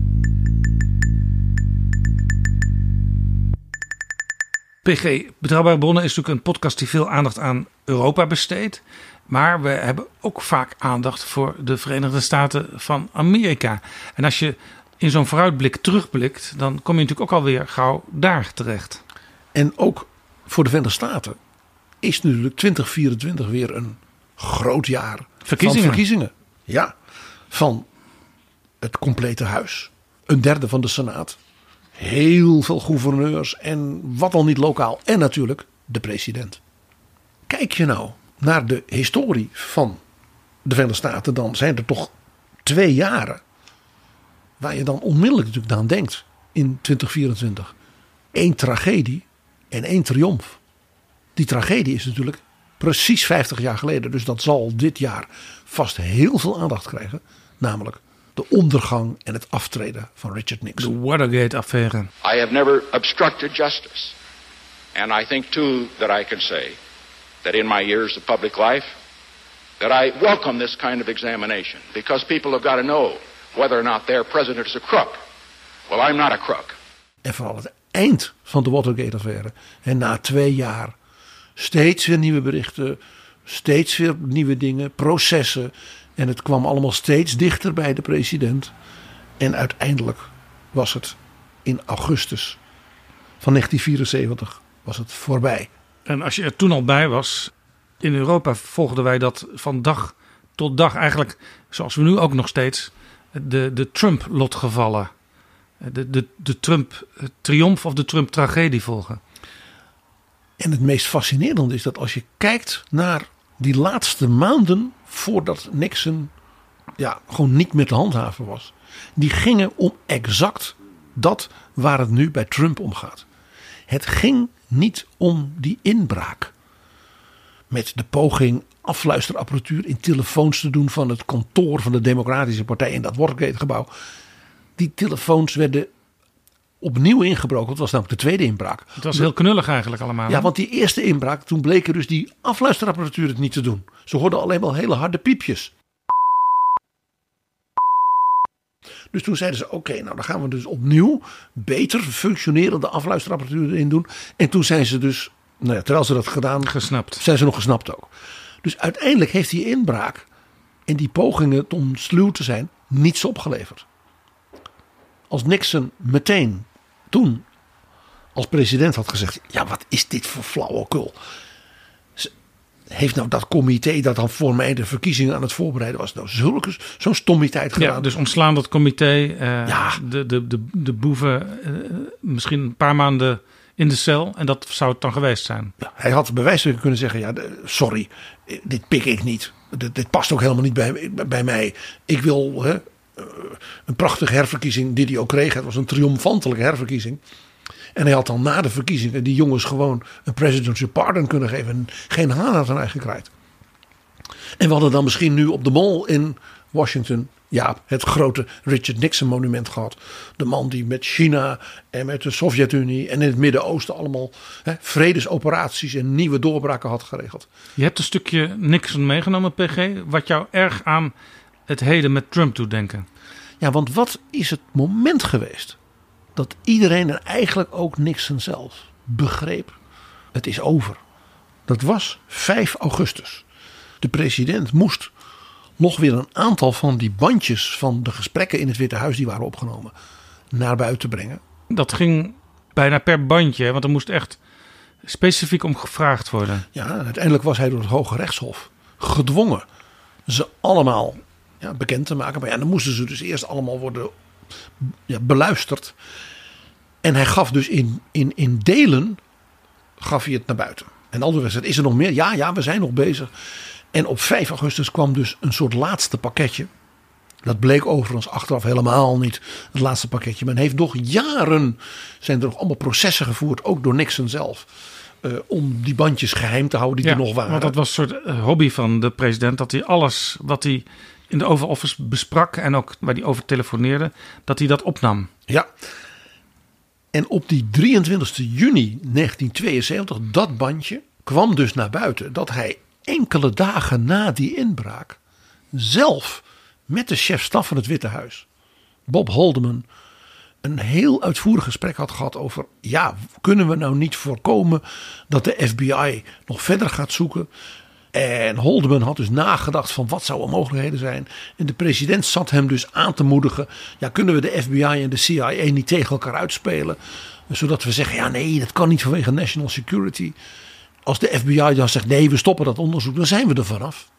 I: PG, Betrouwbare Bronnen is natuurlijk een podcast die veel aandacht aan Europa besteedt. Maar we hebben ook vaak aandacht voor de Verenigde Staten van Amerika. En als je in zo'n vooruitblik terugblikt, dan kom je natuurlijk ook alweer gauw daar terecht.
G: En ook voor de Verenigde Staten is natuurlijk 2024 weer een groot jaar van verkiezingen. Ja, van het complete huis. 1/3 van de Senaat. Heel veel gouverneurs en wat al niet lokaal. En natuurlijk de president. Kijk je nou naar de historie van de Verenigde Staten, dan zijn er toch 2 jaren waar je dan onmiddellijk natuurlijk aan denkt in 2024. 1 tragedie en 1 triomf. Die tragedie is natuurlijk precies 50 jaar geleden. Dus dat zal dit jaar vast heel veel aandacht krijgen. Namelijk de ondergang en het aftreden van Richard Nixon.
I: De Watergate-affaire.
L: I have never obstructed justice. And I think too that I can say that in my years of public life, that I welcome this kind of examination. Because people have got to know whether or not their president is a crook. Well, I'm not a crook.
G: En vooral het eind van de Watergate-affaire. En na 2 jaar steeds weer nieuwe berichten. Steeds weer nieuwe dingen. Processen. En het kwam allemaal steeds dichter bij de president. En uiteindelijk was het in augustus van 1974 was het voorbij.
I: En als je er toen al bij was, in Europa volgden wij dat van dag tot dag eigenlijk, zoals we nu ook nog steeds, de Trump-lotgevallen. De Trump-triomf of de Trump-tragedie volgen.
G: En het meest fascinerende is dat als je kijkt naar die laatste maanden voordat Nixon gewoon niet meer te handhaven was. Die gingen om exact dat waar het nu bij Trump om gaat. Het ging niet om die inbraak. Met de poging afluisterapparatuur in telefoons te doen van het kantoor van de Democratische Partij in dat Watergate-gebouw. Die telefoons werden opnieuw ingebroken. Dat was namelijk de tweede inbraak.
I: Het was heel knullig eigenlijk allemaal.
G: Ja, want die eerste inbraak, toen bleken dus die afluisterapparatuur het niet te doen. Ze hoorden alleen maar hele harde piepjes. Dus toen zeiden ze, oké, nou dan gaan we dus opnieuw beter functionerende afluisterapparatuur erin doen. En toen zijn ze dus, terwijl ze dat gedaan, zijn ze nog gesnapt ook. Dus uiteindelijk heeft die inbraak en die pogingen om sluw te zijn niets opgeleverd. Als Nixon meteen toen als president had gezegd, ja, wat is dit voor flauwekul? Heeft nou dat comité dat dan voor mij de verkiezingen aan het voorbereiden was, nou zo'n stommiteit gedaan?
I: Ja, dus ontslaan dat comité, de boeven misschien een paar maanden in de cel en dat zou het dan geweest zijn.
G: Ja, hij had bij wijze van kunnen zeggen, sorry, dit pik ik niet. Dit past ook helemaal niet bij mij. Ik wil een prachtige herverkiezing die hij ook kreeg. Het was een triomfantelijke herverkiezing. En hij had dan na de verkiezingen die jongens gewoon een presidential pardon kunnen geven. En geen haan had aan eigen krijt. En we hadden dan misschien nu op de Mall in Washington, het grote Richard Nixon monument gehad. De man die met China en met de Sovjet-Unie en in het Midden-Oosten allemaal vredesoperaties en nieuwe doorbraken had geregeld.
I: Je hebt een stukje Nixon meegenomen, PG, wat jou erg aan het heden met Trump doet denken.
G: Ja, want wat is het moment geweest dat iedereen en eigenlijk ook Nixon zelf begreep, het is over. Dat was 5 augustus. De president moest nog weer een aantal van die bandjes van de gesprekken in het Witte Huis die waren opgenomen naar buiten brengen.
I: Dat ging bijna per bandje, want er moest echt specifiek om gevraagd worden.
G: Ja, uiteindelijk was hij door het Hoge Rechtshof gedwongen ze allemaal bekend te maken. Maar dan moesten ze dus eerst allemaal worden beluisterd. En hij gaf dus in delen gaf hij het naar buiten. En Aldo zei, is er nog meer? Ja, we zijn nog bezig. En op 5 augustus kwam dus een soort laatste pakketje. Dat bleek overigens achteraf helemaal niet het laatste pakketje. Men heeft nog jaren, zijn er nog allemaal processen gevoerd, ook door Nixon zelf. Om die bandjes geheim te houden die er nog waren.
I: Want dat was een soort hobby van de president. Dat hij alles wat hij in de Oval Office besprak en ook waar hij over telefoneerde, dat hij dat opnam.
G: Ja. En op die 23 juni 1972, dat bandje, kwam dus naar buiten dat hij enkele dagen na die inbraak zelf met de chef-staf van het Witte Huis, Bob Haldeman, een heel uitvoerig gesprek had gehad over, kunnen we nou niet voorkomen dat de FBI nog verder gaat zoeken? En Haldeman had dus nagedacht van wat zouden mogelijkheden zijn. En de president zat hem dus aan te moedigen. Kunnen we de FBI en de CIA niet tegen elkaar uitspelen? Zodat we zeggen, nee, dat kan niet vanwege national security. Als de FBI dan zegt, nee, we stoppen dat onderzoek, dan zijn we er vanaf.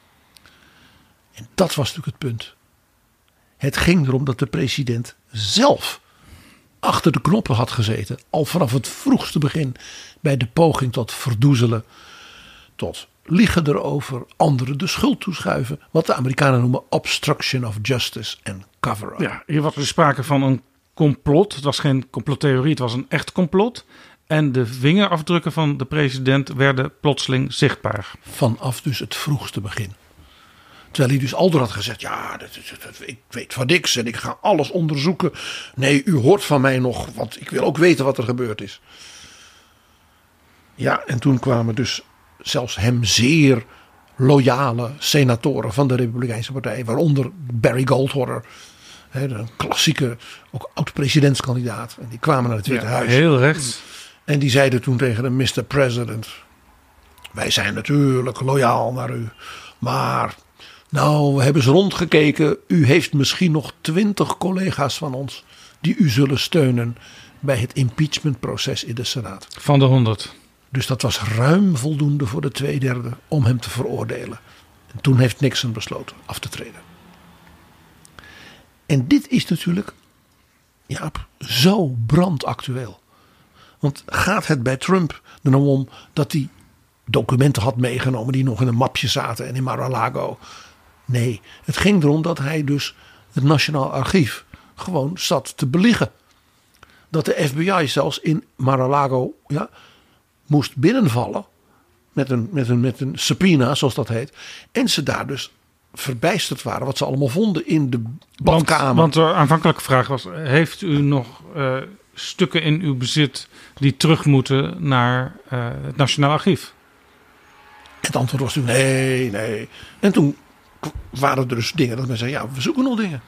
G: En dat was natuurlijk het punt. Het ging erom dat de president zelf achter de knoppen had gezeten. Al vanaf het vroegste begin bij de poging tot verdoezelen. Tot liegen erover, anderen de schuld toeschuiven. Wat de Amerikanen noemen obstruction of justice en cover-up.
I: Ja, hier was er sprake van een complot. Het was geen complottheorie, het was een echt complot. En de vingerafdrukken van de president werden plotseling zichtbaar.
G: Vanaf dus het vroegste begin. Terwijl hij dus al door had gezegd, ik weet van niks en ik ga alles onderzoeken. Nee, u hoort van mij nog, want ik wil ook weten wat er gebeurd is. Ja, en toen kwamen dus zelfs hem zeer loyale senatoren van de Republikeinse Partij, waaronder Barry Goldwater, een klassieke, ook oud-presidentskandidaat. En die kwamen naar het Witte Huis.
I: Heel rechts.
G: En die zeiden toen tegen de Mr. President, wij zijn natuurlijk loyaal naar u, maar Nou, we hebben eens rondgekeken. U heeft misschien nog 20 collega's van ons die u zullen steunen bij het impeachmentproces in de Senaat.
I: Van de 100.
G: Dus dat was ruim voldoende voor de 2/3 om hem te veroordelen. En toen heeft Nixon besloten af te treden. En dit is natuurlijk, Jaap, zo brandactueel. Want gaat het bij Trump er nou om dat hij documenten had meegenomen die nog in een mapje zaten en in Mar-a-Lago? Nee, het ging erom dat hij dus het Nationaal Archief gewoon zat te beliegen. Dat de FBI zelfs in Mar-a-Lago moest binnenvallen met een subpoena, zoals dat heet. En ze daar dus verbijsterd waren wat ze allemaal vonden in de badkamer.
I: Want de aanvankelijke vraag was, heeft u nog stukken in uw bezit die terug moeten naar het Nationaal Archief?
G: Het antwoord was toen nee. En toen waren er dus dingen dat men zei, we zoeken nog dingen.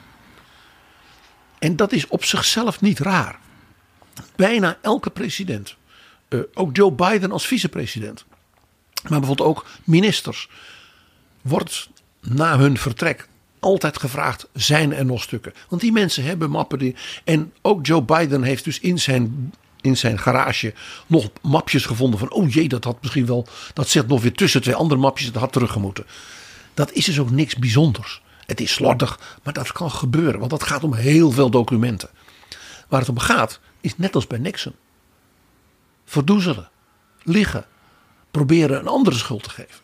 G: En dat is op zichzelf niet raar. Bijna elke president, ook Joe Biden als vicepresident, maar bijvoorbeeld ook ministers, wordt na hun vertrek altijd gevraagd, zijn er nog stukken? Want die mensen hebben mappen. En ook Joe Biden heeft dus in zijn garage nog mapjes gevonden van, oh jee, dat had misschien wel, dat zit nog weer tussen 2 andere mapjes, dat had teruggemoeten. Dat is dus ook niks bijzonders. Het is slordig, maar dat kan gebeuren, want dat gaat om heel veel documenten. Waar het om gaat, is net als bij Nixon. Verdoezelen, liegen, proberen een andere schuld te geven.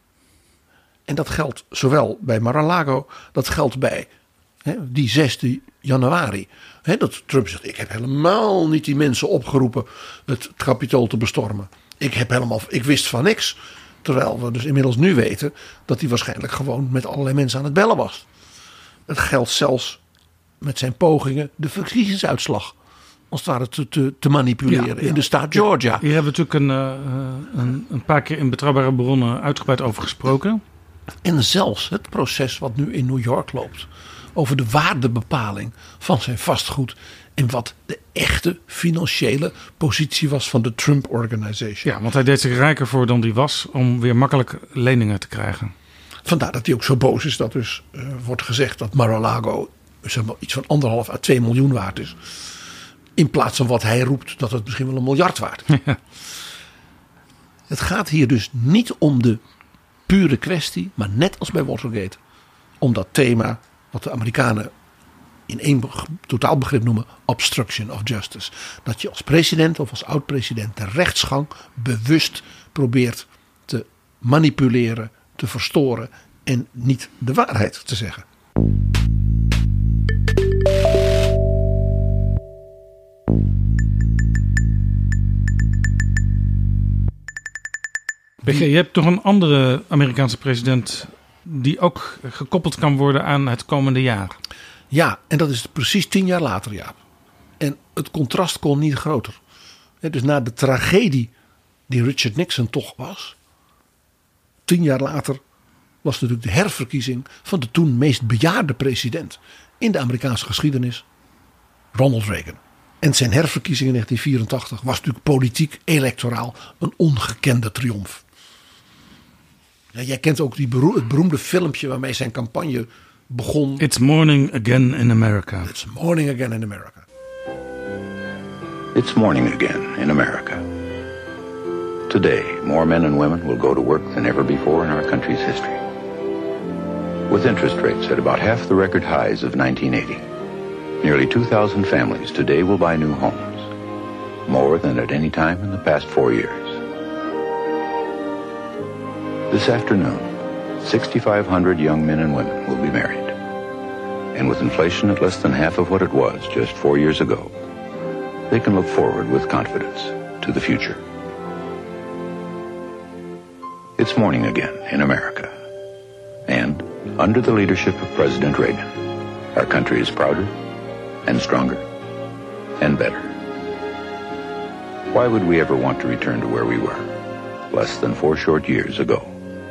G: En dat geldt zowel bij Mar-a-Lago, dat geldt bij die 6 januari. Dat Trump zegt, ik heb helemaal niet die mensen opgeroepen het Capitool te bestormen. Ik wist van niks. Terwijl we dus inmiddels nu weten dat hij waarschijnlijk gewoon met allerlei mensen aan het bellen was. Het geldt zelfs met zijn pogingen de verkiezingsuitslag als het ware te manipuleren in de staat Georgia.
I: Hier hebben we natuurlijk een paar keer in Betrouwbare Bronnen uitgebreid over gesproken.
G: En zelfs het proces wat nu in New York loopt over de waardebepaling van zijn vastgoed en wat de echte financiële positie was van de Trump Organization.
I: Ja, want hij deed zich rijker voor dan hij was om weer makkelijk leningen te krijgen.
G: Vandaar dat hij ook zo boos is dat dus wordt gezegd dat Mar-a-Lago zeg maar, iets van 1,5 à 2 miljoen waard is. In plaats van wat hij roept dat het misschien wel 1 miljard waard is. Ja. Het gaat hier dus niet om de pure kwestie, maar net als bij Watergate, om dat thema wat de Amerikanen in 1 totaalbegrip noemen obstruction of justice. Dat je als president of als oud-president de rechtsgang bewust probeert te manipuleren, te verstoren en niet de waarheid te zeggen.
I: Je hebt toch een andere Amerikaanse president die ook gekoppeld kan worden aan het komende jaar.
G: Ja, en dat is precies 10 jaar later, Jaap. En het contrast kon niet groter. Dus na de tragedie die Richard Nixon toch was, 10 jaar later was natuurlijk de herverkiezing van de toen meest bejaarde president in de Amerikaanse geschiedenis, Ronald Reagan. En zijn herverkiezing in 1984 was natuurlijk politiek, electoraal een ongekende triomf. Ja, jij kent ook het beroemde filmpje waarmee zijn campagne begon.
I: It's morning again in America.
G: It's morning again in America.
M: It's morning again in America. Today, more men and women will go to work than ever before in our country's history. With interest rates at about half the record highs of 1980, nearly 2,000 families today will buy new homes, more than at any time in the past 4 years. This afternoon, 6,500 young men and women will be married. And with inflation at less than half of what it was just 4 years ago, they can look forward with confidence to the future. It's morning again in America. And under the leadership of President Reagan, our country is prouder and stronger and better. Why would we ever want to return to where we were less than 4 short years ago?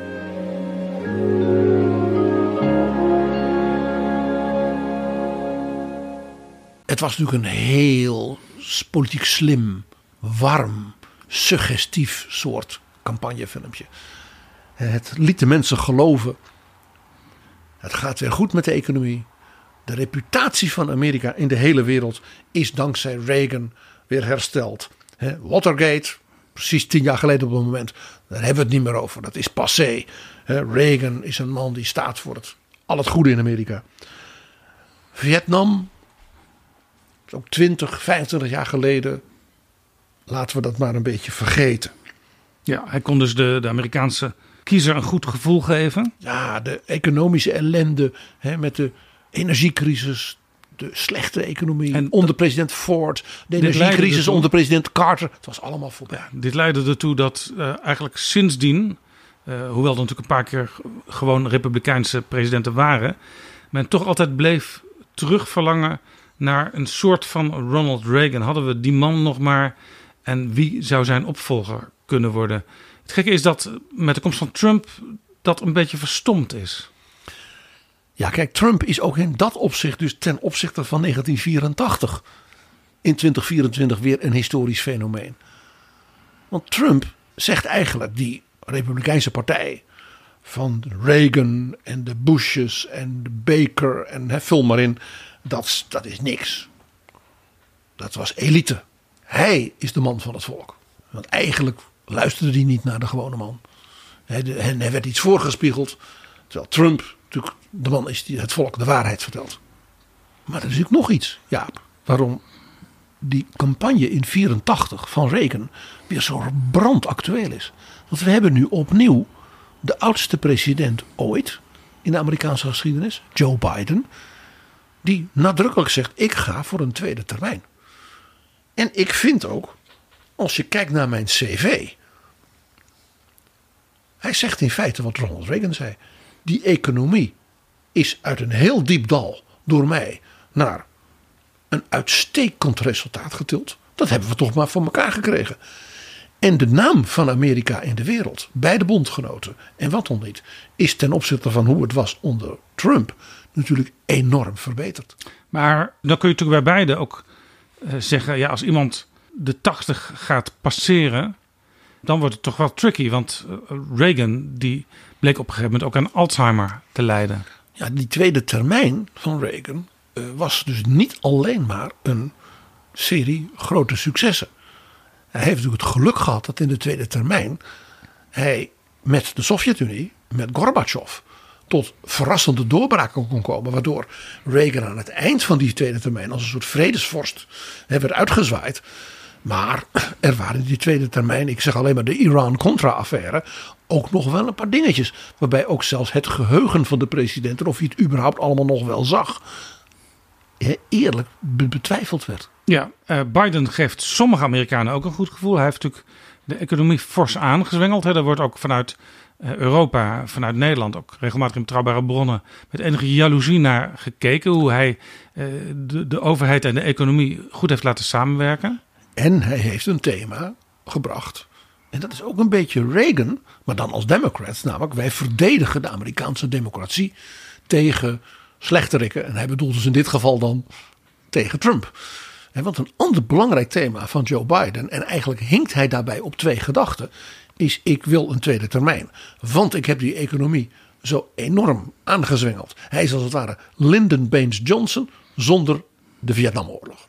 G: Het was natuurlijk een heel politiek slim, warm, suggestief soort campagnefilmpje. Het liet de mensen geloven Het gaat weer goed met de economie. De reputatie van Amerika in de hele wereld is dankzij Reagan weer hersteld. Watergate, precies 10 jaar geleden op het moment, daar hebben we het niet meer over. Dat is passé. Reagan is een man die staat voor al het goede in Amerika. Vietnam, ook 20, 25 jaar geleden. Laten we dat maar een beetje vergeten.
I: Ja, hij kon dus de Amerikaanse kiezer een goed gevoel geven.
G: Ja, de economische ellende met de energiecrisis, de slechte economie en onder president Ford, de energiecrisis onder president Carter. Het was allemaal voorbij. Ja,
I: dit leidde ertoe dat eigenlijk sindsdien, hoewel er natuurlijk een paar keer gewoon republikeinse presidenten waren, men toch altijd bleef terugverlangen naar een soort van Ronald Reagan. Hadden we die man nog maar en wie zou zijn opvolger kunnen worden? Het gekke is dat met de komst van Trump dat een beetje verstomd is.
G: Ja, kijk, Trump is ook in dat opzicht, dus ten opzichte van 1984, in 2024 weer een historisch fenomeen. Want Trump zegt eigenlijk die Republikeinse partij van Reagan en de Bushes en de Baker en vul maar in, dat is niks. Dat was elite. Hij is de man van het volk. Want eigenlijk luisterde hij niet naar de gewone man. Hij werd iets voorgespiegeld. Terwijl Trump natuurlijk de man is die het volk de waarheid vertelt. Maar er is natuurlijk nog iets, Jaap. Waarom die campagne in 1984 van Reagan weer zo brandactueel is. Want we hebben nu opnieuw de oudste president ooit in de Amerikaanse geschiedenis, Joe Biden, die nadrukkelijk zegt: ik ga voor een tweede termijn. En ik vind ook, als je kijkt naar mijn cv, hij zegt in feite wat Ronald Reagan zei. Die economie is uit een heel diep dal door mij naar een uitstekend resultaat getild. Dat hebben we toch maar voor elkaar gekregen. En de naam van Amerika in de wereld, bij de bondgenoten en wat dan niet, is ten opzichte van hoe het was onder Trump natuurlijk enorm verbeterd.
I: Maar dan kun je natuurlijk bij beide ook zeggen, ja, als iemand de 80 gaat passeren, dan wordt het toch wel tricky. Want Reagan die bleek op een gegeven moment ook aan Alzheimer te lijden.
G: Ja, die tweede termijn van Reagan was dus niet alleen maar een serie grote successen. Hij heeft natuurlijk het geluk gehad dat in de tweede termijn hij met de Sovjet-Unie, met Gorbachev, tot verrassende doorbraken kon komen. Waardoor Reagan aan het eind van die tweede termijn als een soort vredesvorst werd uitgezwaaid. Maar er waren in die tweede termijn, ik zeg alleen maar de Iran-Contra-affaire, ook nog wel een paar dingetjes. Waarbij ook zelfs het geheugen van de president, en of hij het überhaupt allemaal nog wel zag, eerlijk betwijfeld werd.
I: Ja, Biden geeft sommige Amerikanen ook een goed gevoel. Hij heeft natuurlijk de economie fors aangezwengeld. Er wordt ook vanuit Europa, vanuit Nederland, ook regelmatig in betrouwbare bronnen, met enige jaloezie naar gekeken. Hoe hij de overheid en de economie goed heeft laten samenwerken.
G: En hij heeft een thema gebracht. En dat is ook een beetje Reagan, maar dan als Democrats. Namelijk, wij verdedigen de Amerikaanse democratie tegen slechterikken. En hij bedoelt dus in dit geval dan tegen Trump. Want een ander belangrijk thema van Joe Biden, en eigenlijk hinkt hij daarbij op twee gedachten, is: ik wil een tweede termijn. Want ik heb die economie zo enorm aangezwengeld. Hij is als het ware Lyndon Baines Johnson zonder de Vietnamoorlog.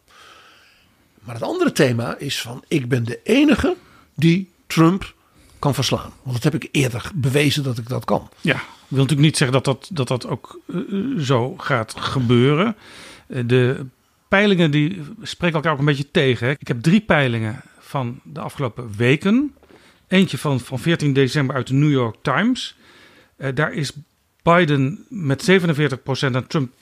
G: Maar het andere thema is van: ik ben de enige die Trump kan verslaan. Want dat heb ik eerder bewezen dat ik dat kan.
I: Ja, ik wil natuurlijk niet zeggen dat ook zo gaat gebeuren. De peilingen die spreken elkaar ook een beetje tegen. Hè. Ik heb 3 peilingen van de afgelopen weken. Eentje van 14 december uit de New York Times. Daar is Biden met 47% en Trump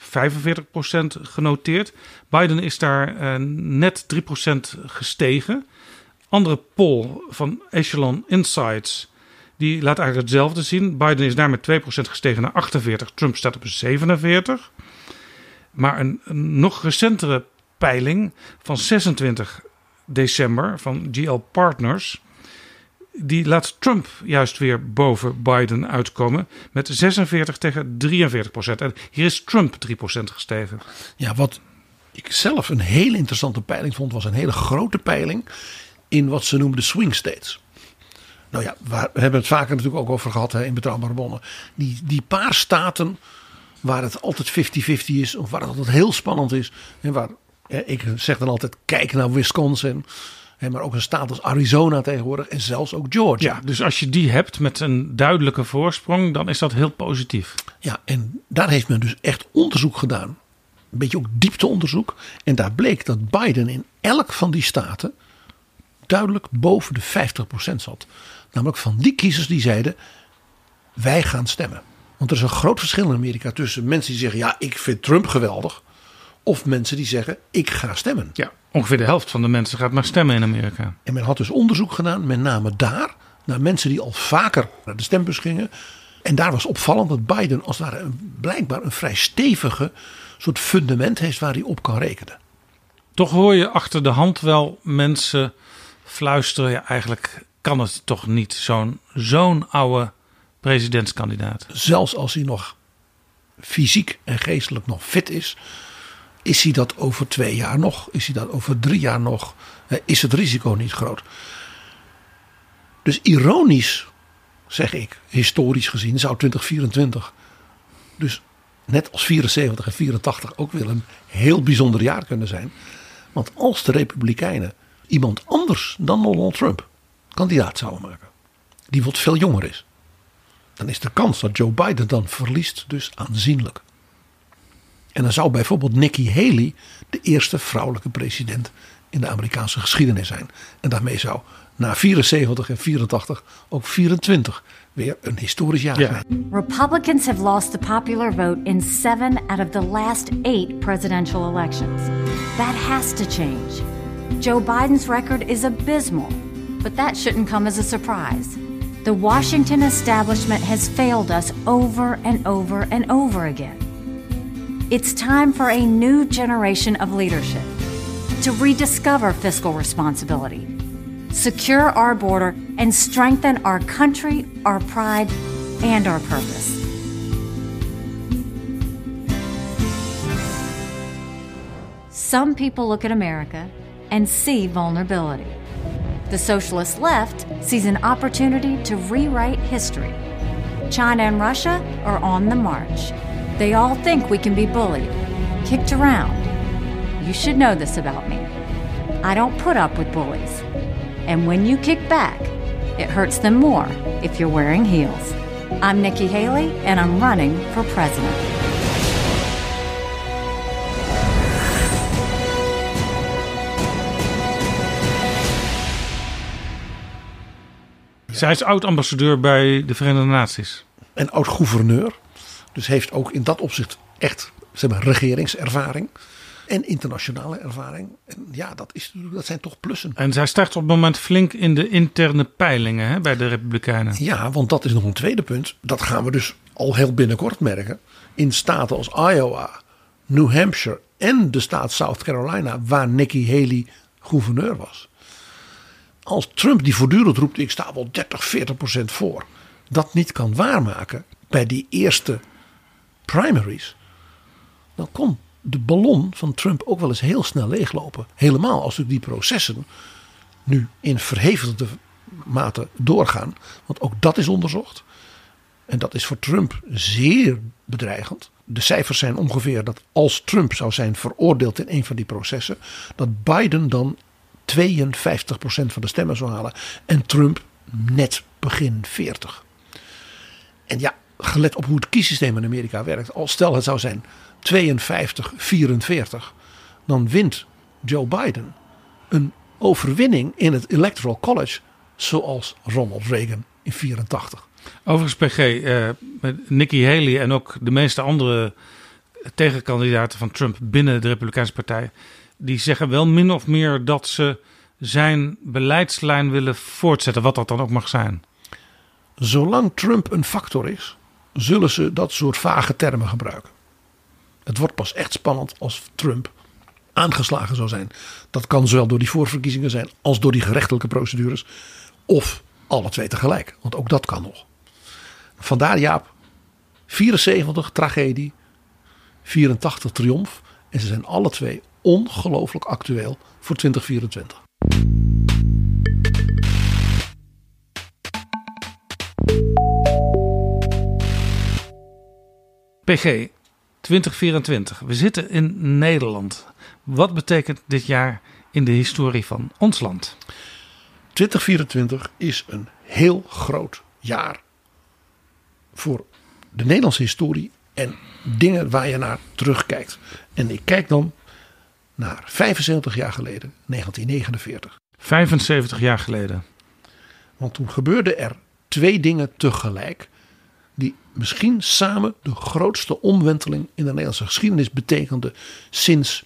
I: 45% genoteerd. Biden is daar net 3% gestegen. Andere poll van Echelon Insights, die laat eigenlijk hetzelfde zien. Biden is daar met 2% gestegen naar 48. Trump staat op 47. Maar een nog recentere peiling van 26 december van GL Partners, die laat Trump juist weer boven Biden uitkomen met 46 tegen 43%. En hier is Trump 3% gestegen.
G: Ja, wat ik zelf een hele interessante peiling vond, was een hele grote peiling in wat ze noemen de swing states. Nou ja, we hebben het vaker natuurlijk ook over gehad in betrouwbare bronnen. Die paar staten waar het altijd 50-50 is. Of waar het altijd heel spannend is. En waar, ik zeg dan altijd, kijk naar Wisconsin. Maar ook een staat als Arizona tegenwoordig. En zelfs ook Georgia.
I: Ja, dus als je die hebt met een duidelijke voorsprong, dan is dat heel positief.
G: Ja, en daar heeft men dus echt onderzoek gedaan. Een beetje ook diepteonderzoek. En daar bleek dat Biden in elk van die staten duidelijk boven de 50% zat. Namelijk van die kiezers die zeiden, wij gaan stemmen. Want er is een groot verschil in Amerika tussen mensen die zeggen, ja, ik vind Trump geweldig. Of mensen die zeggen, ik ga stemmen.
I: Ja, ongeveer de helft van de mensen gaat maar stemmen in Amerika.
G: En men had dus onderzoek gedaan, met name daar, naar mensen die al vaker naar de stembus gingen. En daar was opvallend dat Biden als het ware blijkbaar een vrij stevige soort fundament heeft waar hij op kan rekenen.
I: Toch hoor je achter de hand wel mensen fluisteren, ja, eigenlijk kan het toch niet zo'n oude presidentskandidaat.
G: Zelfs als hij nog fysiek en geestelijk nog fit is, is hij dat over 2 jaar nog? Is hij dat over 3 jaar nog? Is het risico niet groot? Dus ironisch, zeg ik, historisch gezien, zou 2024 dus net als 74 en 84 ook weer een heel bijzonder jaar kunnen zijn. Want als de Republikeinen iemand anders dan Donald Trump kandidaat zouden maken, die wat veel jonger is, dan is de kans dat Joe Biden dan verliest dus aanzienlijk. En dan zou bijvoorbeeld Nikki Haley de eerste vrouwelijke president in de Amerikaanse geschiedenis zijn. En daarmee zou na 74 en 84 ook 24 weer een historisch jaar zijn.
N: Republicans have lost the popular vote in 7 out of the last 8 presidential elections. That has to change. Joe Biden's record is abysmal, but that shouldn't come as a surprise. The Washington establishment has failed us over and over and over again. It's time for a new generation of leadership to rediscover fiscal responsibility, secure our border, and strengthen our country, our pride, and our purpose. Some people look at America and see vulnerability. The socialist left sees an opportunity to rewrite history. China and Russia are on the march. They all think we can be bullied, kicked around. You should know this about me. I don't put up with bullies. And when you kick back, it hurts them more if you're wearing heels. I'm Nikki Haley and I'm running for president.
I: Zij is oud-ambassadeur bij de Verenigde Naties.
G: En oud-gouverneur. Dus heeft ook in dat opzicht echt, zeg maar, regeringservaring. En internationale ervaring. En ja, dat zijn toch plussen.
I: En zij stijgt op het moment flink in de interne peilingen bij de Republikeinen.
G: Ja, want dat is nog een tweede punt. Dat gaan we dus al heel binnenkort merken. In staten als Iowa, New Hampshire en de staat South Carolina, waar Nikki Haley gouverneur was. Als Trump die voortdurend roept, ik sta wel 30-40% voor, dat niet kan waarmaken bij die eerste primaries, dan kon de ballon van Trump ook wel eens heel snel leeglopen. Helemaal als die processen nu in verhevigde mate doorgaan. Want ook dat is onderzocht. En dat is voor Trump zeer bedreigend. De cijfers zijn ongeveer dat als Trump zou zijn veroordeeld in een van die processen, dat Biden dan 52% van de stemmen zou halen. En Trump net begin 40%. En ja, gelet op hoe het kiesysteem in Amerika werkt. Stel het zou zijn 52-44. Dan wint Joe Biden een overwinning in het Electoral College. Zoals Ronald Reagan in 84.
I: Overigens, PG, met Nikki Haley en ook de meeste andere tegenkandidaten van Trump binnen de Republikeinse Partij, die zeggen wel min of meer dat ze zijn beleidslijn willen voortzetten, wat dat dan ook mag zijn.
G: Zolang Trump een factor is, zullen ze dat soort vage termen gebruiken. Het wordt pas echt spannend als Trump aangeslagen zou zijn. Dat kan zowel door die voorverkiezingen zijn als door die gerechtelijke procedures. Of alle twee tegelijk, want ook dat kan nog. Vandaar, Jaap, 74 tragedie, 84 triomf. En ze zijn alle twee ongelooflijk actueel voor 2024.
I: PG, 2024. We zitten in Nederland. Wat betekent dit jaar in de historie van ons land?
G: 2024 is een heel groot jaar voor de Nederlandse historie en dingen waar je naar terugkijkt. En ik kijk dan naar 75 jaar geleden, 1949.
I: 75 jaar geleden.
G: Want toen gebeurden er 2 dingen tegelijk die misschien samen de grootste omwenteling in de Nederlandse geschiedenis betekenden sinds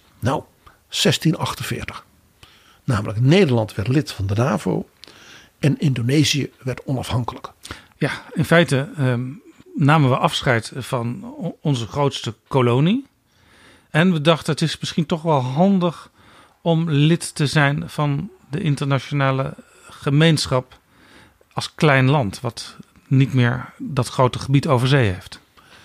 G: 1648. Namelijk Nederland werd lid van de NAVO en Indonesië werd onafhankelijk.
I: Ja, in feite namen we afscheid van onze grootste kolonie. En we dachten het is misschien toch wel handig om lid te zijn van de internationale gemeenschap als klein land. Wat niet meer dat grote gebied over zee heeft.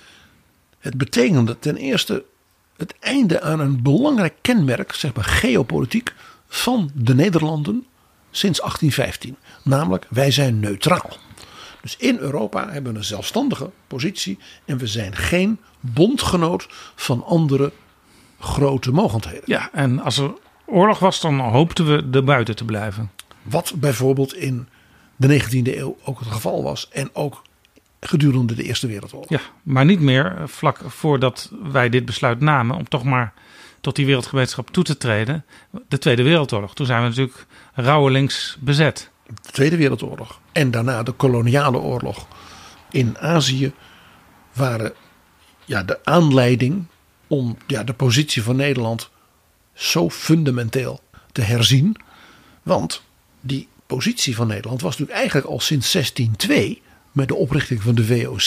G: Het betekende ten eerste het einde aan een belangrijk kenmerk, zeg maar geopolitiek, van de Nederlanden sinds 1815. Namelijk, wij zijn neutraal. Dus in Europa hebben we een zelfstandige positie en we zijn geen bondgenoot van andere grote mogendheden.
I: Ja, en als er oorlog was, dan hoopten we er buiten te blijven.
G: Wat bijvoorbeeld in de 19e eeuw ook het geval was en ook gedurende de Eerste Wereldoorlog.
I: Ja, maar niet meer vlak voordat wij dit besluit namen om toch maar tot die wereldgemeenschap toe te treden. De Tweede Wereldoorlog. Toen zijn we natuurlijk rauwelings bezet.
G: De Tweede Wereldoorlog en daarna de koloniale oorlog in Azië waren de aanleiding om de positie van Nederland zo fundamenteel te herzien. Want die positie van Nederland was natuurlijk eigenlijk al sinds 1602 met de oprichting van de VOC.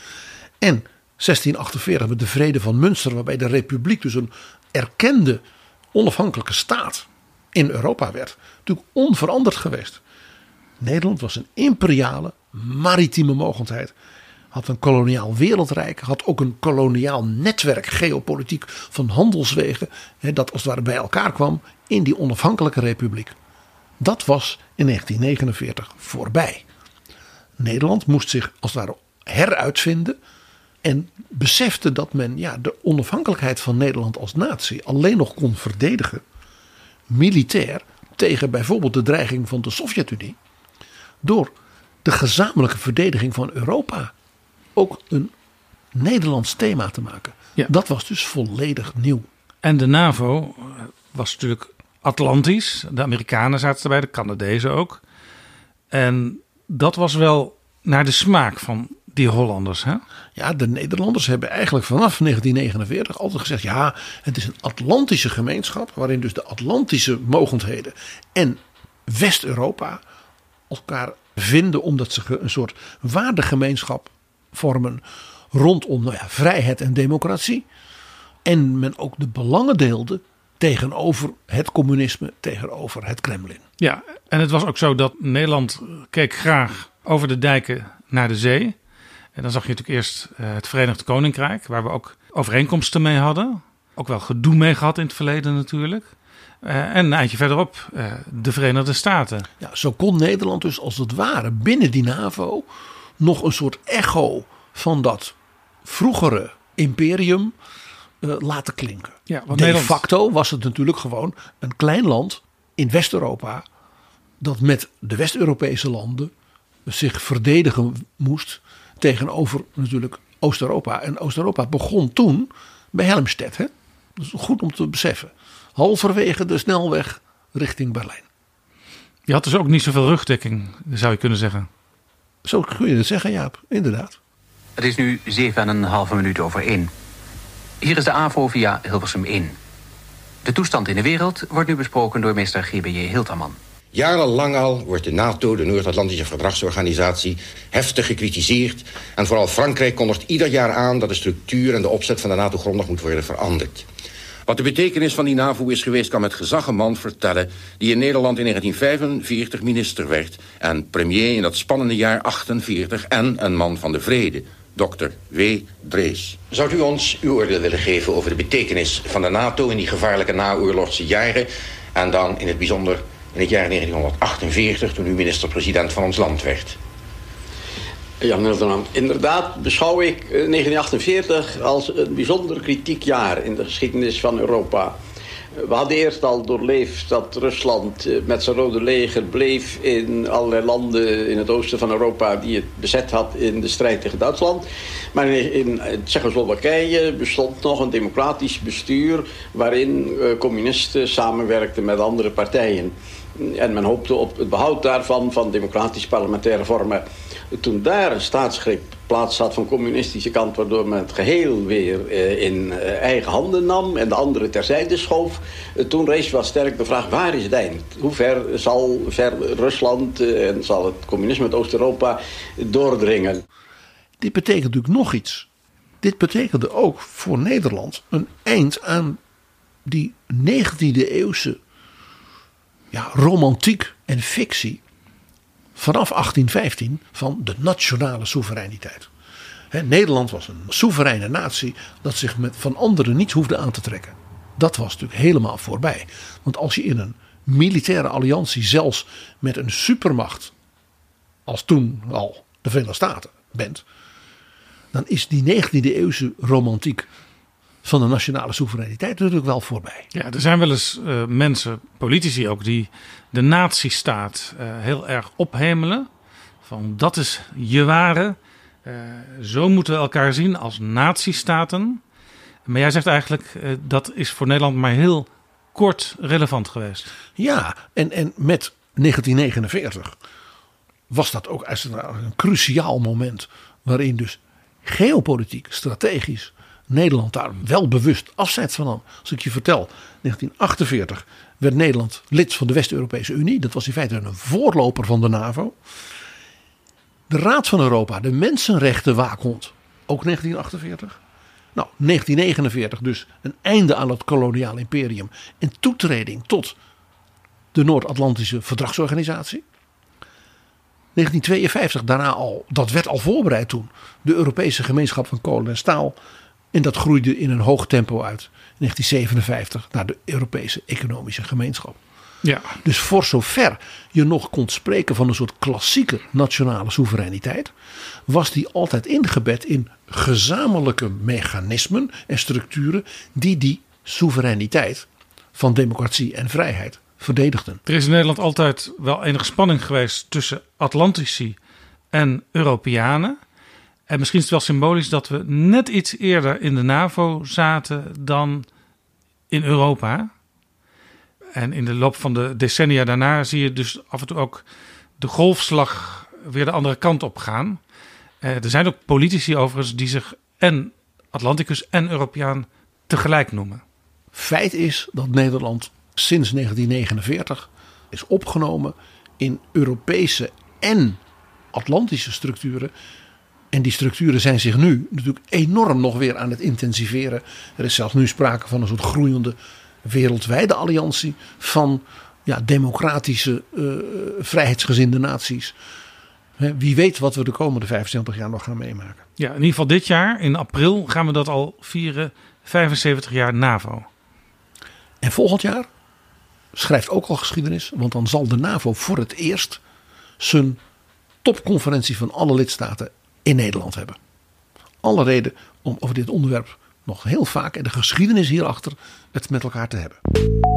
G: En 1648 met de Vrede van Münster, waarbij de Republiek dus een erkende onafhankelijke staat in Europa werd. Natuurlijk onveranderd geweest. Nederland was een imperiale maritieme mogendheid. Had een koloniaal wereldrijk. Had ook een koloniaal netwerk geopolitiek van handelswegen. Dat als het ware bij elkaar kwam in die onafhankelijke republiek. Dat was in 1949 voorbij. Nederland moest zich als het ware heruitvinden. En besefte dat men de onafhankelijkheid van Nederland als natie alleen nog kon verdedigen. Militair tegen bijvoorbeeld de dreiging van de Sovjet-Unie. Door de gezamenlijke verdediging van Europa ook een Nederlands thema te maken. Ja. Dat was dus volledig nieuw.
I: En de NAVO was natuurlijk Atlantisch. De Amerikanen zaten erbij, de Canadezen ook. En dat was wel naar de smaak van die Hollanders. Hè?
G: Ja, de Nederlanders hebben eigenlijk vanaf 1949 altijd gezegd, het is een Atlantische gemeenschap waarin dus de Atlantische mogendheden en West-Europa elkaar vinden omdat ze een soort waardegemeenschap vormen rondom vrijheid en democratie. En men ook de belangen deelde tegenover het communisme, tegenover het Kremlin.
I: Ja, en het was ook zo dat Nederland keek graag over de dijken naar de zee. En dan zag je natuurlijk eerst het Verenigd Koninkrijk, waar we ook overeenkomsten mee hadden. Ook wel gedoe mee gehad in het verleden natuurlijk. En een eindje verderop de Verenigde Staten.
G: Ja, zo kon Nederland dus als het ware binnen die NAVO nog een soort echo van dat vroegere imperium laten klinken.
I: Ja, want
G: de facto was het natuurlijk gewoon een klein land in West-Europa dat met de West-Europese landen zich verdedigen moest tegenover natuurlijk Oost-Europa. En Oost-Europa begon toen bij Helmstedt. Hè? Dat is goed om te beseffen. Halverwege de snelweg richting Berlijn.
I: Je had dus ook niet zoveel rugdekking, zou je kunnen zeggen.
G: Zo kun je het zeggen, Jaap. Inderdaad.
O: Het is nu 7,5 minuten over 1. Hier is de AVRO via Hilversum 1. De toestand in de wereld wordt nu besproken door meester G.B.J. Hilterman.
P: Jarenlang al wordt de NATO, de Noord-Atlantische Verdragsorganisatie, heftig gekritiseerd. En vooral Frankrijk kondigt ieder jaar aan dat de structuur en de opzet van de NATO grondig moet worden veranderd. Wat de betekenis van die NAVO is geweest, kan met gezag een man vertellen die in Nederland in 1945 minister werd en premier in dat spannende jaar 48 en een man van de vrede, Dr. W. Drees. Zou u ons uw oordeel willen geven over de betekenis van de NATO in die gevaarlijke naoorlogse jaren en dan in het bijzonder in het jaar 1948 toen u minister-president van ons land werd?
Q: Jan Hildebrand, inderdaad beschouw ik 1948 als een bijzonder kritiek jaar in de geschiedenis van Europa. We hadden eerst al doorleefd dat Rusland met zijn Rode Leger bleef in allerlei landen in het oosten van Europa die het bezet had in de strijd tegen Duitsland. Maar in Tsjechoslowakije bestond nog een democratisch bestuur waarin communisten samenwerkten met andere partijen. En men hoopte op het behoud daarvan van democratische parlementaire vormen. Toen daar een staatsgreep plaats had van communistische kant, waardoor men het geheel weer in eigen handen nam en de anderen terzijde schoof, toen rees wel sterk de vraag: waar is het eind? Hoe ver zal Rusland en zal het communisme uit Oost-Europa doordringen?
G: Dit betekent natuurlijk nog iets. Dit betekende ook voor Nederland een eind aan die 19e eeuwse romantiek en fictie vanaf 1815 van de nationale soevereiniteit. Nederland was een soevereine natie dat zich van anderen niets hoefde aan te trekken. Dat was natuurlijk helemaal voorbij. Want als je in een militaire alliantie zelfs met een supermacht als toen al de Verenigde Staten bent, dan is die 19e eeuwse romantiek van de nationale soevereiniteit natuurlijk wel voorbij.
I: Ja, er zijn wel eens mensen, politici ook, die de nazistaat heel erg ophemelen. Van dat is je ware. Zo moeten we elkaar zien als nazistaten. Maar jij zegt eigenlijk dat is voor Nederland maar heel kort relevant geweest.
G: Ja, en met 1949 was dat ook een cruciaal moment waarin dus geopolitiek, strategisch Nederland daar wel bewust afscheid van nam. Als ik je vertel, 1948 werd Nederland lid van de West-Europese Unie. Dat was in feite een voorloper van de NAVO. De Raad van Europa, de mensenrechtenwaakhond, ook 1948. Nou, 1949 dus een einde aan het koloniaal imperium en toetreding tot de Noord-Atlantische Verdragsorganisatie. 1952 daarna al, dat werd al voorbereid toen, de Europese gemeenschap van kolen en staal. En dat groeide in een hoog tempo uit. In 1957 naar de Europese Economische Gemeenschap.
I: Ja.
G: Dus voor zover je nog kon spreken van een soort klassieke nationale soevereiniteit, was die altijd ingebed in gezamenlijke mechanismen en structuren die soevereiniteit van democratie en vrijheid verdedigden.
I: Er is in Nederland altijd wel enige spanning geweest tussen Atlantici en Europeanen. En misschien is het wel symbolisch dat we net iets eerder in de NAVO zaten dan in Europa. En in de loop van de decennia daarna zie je dus af en toe ook de golfslag weer de andere kant op gaan. Er zijn ook politici overigens die zich en Atlanticus en Europeaan tegelijk noemen.
G: Feit is dat Nederland sinds 1949 is opgenomen in Europese en Atlantische structuren. En die structuren zijn zich nu natuurlijk enorm nog weer aan het intensiveren. Er is zelfs nu sprake van een soort groeiende wereldwijde alliantie van democratische, vrijheidsgezinde naties. Wie weet wat we de komende 75 jaar nog gaan meemaken.
I: Ja, in ieder geval dit jaar, in april, gaan we dat al vieren. 75 jaar NAVO.
G: En volgend jaar schrijft ook al geschiedenis. Want dan zal de NAVO voor het eerst zijn topconferentie van alle lidstaten in Nederland hebben. Alle reden om over dit onderwerp nog heel vaak en de geschiedenis hierachter het met elkaar te hebben.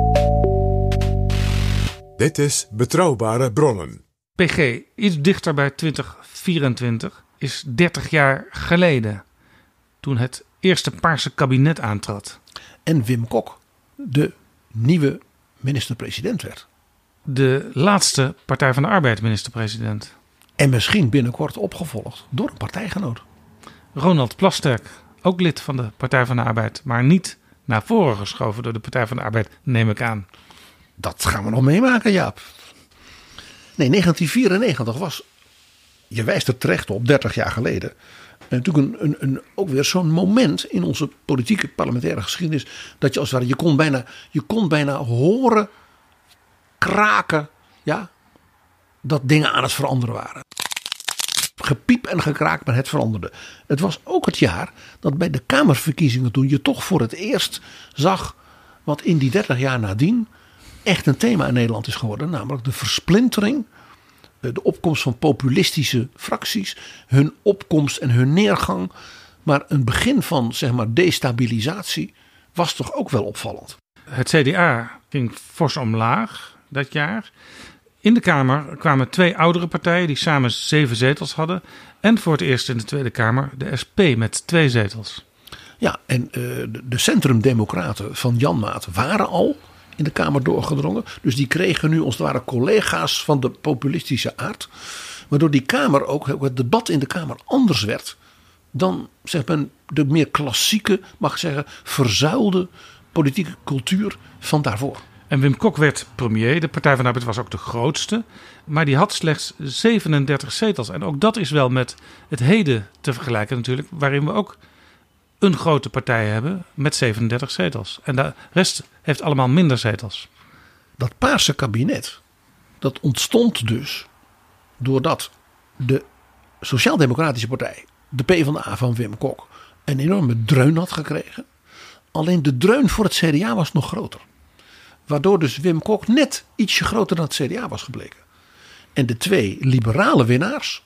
H: Dit is Betrouwbare Bronnen.
I: PG, iets dichter bij 2024 is 30 jaar geleden. Toen het eerste Paarse kabinet aantrad.
G: En Wim Kok de nieuwe minister-president werd.
I: De laatste Partij van de Arbeid minister-president.
G: En misschien binnenkort opgevolgd door een partijgenoot.
I: Ronald Plasterk, ook lid van de Partij van de Arbeid, maar niet naar voren geschoven door de Partij van de Arbeid, neem ik aan.
G: Dat gaan we nog meemaken, Jaap. Nee, 1994 was, je wijst er terecht op, 30 jaar geleden, natuurlijk ook weer zo'n moment in onze politieke parlementaire geschiedenis, dat je als het ware, je kon bijna horen kraken, ja, dat dingen aan het veranderen waren. Gepiep en gekraak, maar het veranderde. Het was ook het jaar dat bij de Kamerverkiezingen toen je toch voor het eerst zag wat in die 30 jaar nadien echt een thema in Nederland is geworden. Namelijk de versplintering de opkomst van populistische fracties, hun opkomst en hun neergang. Maar een begin van zeg maar destabilisatie was toch ook wel opvallend.
I: Het CDA ging fors omlaag dat jaar. In de Kamer kwamen 2 oudere partijen die samen 7 zetels hadden. En voor het eerst in de Tweede Kamer de SP met 2 zetels.
G: Ja, en de centrumdemocraten van Janmaat waren al in de Kamer doorgedrongen. Dus die kregen nu als het ware collega's van de populistische aard. Waardoor die Kamer ook, het debat in de Kamer anders werd dan zeg maar, de meer klassieke, mag ik zeggen, verzuilde politieke cultuur van daarvoor.
I: En Wim Kok werd premier. De Partij van de Arbeid was ook de grootste. Maar die had slechts 37 zetels. En ook dat is wel met het heden te vergelijken natuurlijk. Waarin we ook een grote partij hebben met 37 zetels. En de rest heeft allemaal minder zetels.
G: Dat paarse kabinet, dat ontstond dus doordat de Sociaal-Democratische Partij, de PvdA van Wim Kok, een enorme dreun had gekregen. Alleen de dreun voor het CDA was nog groter. Waardoor dus Wim Kok net ietsje groter dan het CDA was gebleken. En de 2 liberale winnaars,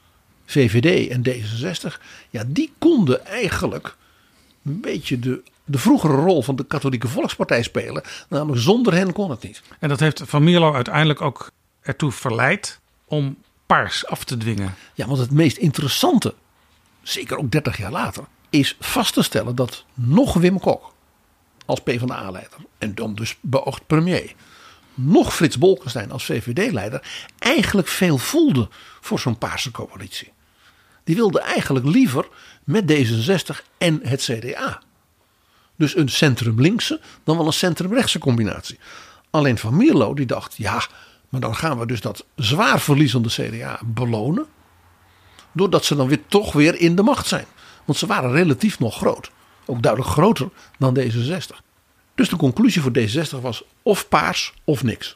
G: VVD en D66, ja, die konden eigenlijk een beetje de vroegere rol van de Katholieke Volkspartij spelen. Namelijk zonder hen kon het niet.
I: En dat heeft Van Mierlo uiteindelijk ook ertoe verleid om paars af te dwingen.
G: Ja, want het meest interessante, zeker ook 30 jaar later, is vast te stellen dat nog Wim Kok als PvdA-leider en dan dus beoogd premier, nog Frits Bolkestein als VVD-leider eigenlijk veel voelde voor zo'n paarse coalitie. Die wilde eigenlijk liever met D66 en het CDA. Dus een centrum-linkse dan wel een centrum-rechtse combinatie. Alleen Van Mierlo die dacht, ja, maar dan gaan we dus dat zwaar verliezende CDA belonen. Doordat ze dan toch weer in de macht zijn. Want ze waren relatief nog groot. Ook duidelijk groter dan D66. Dus de conclusie voor D66 was of paars of niks.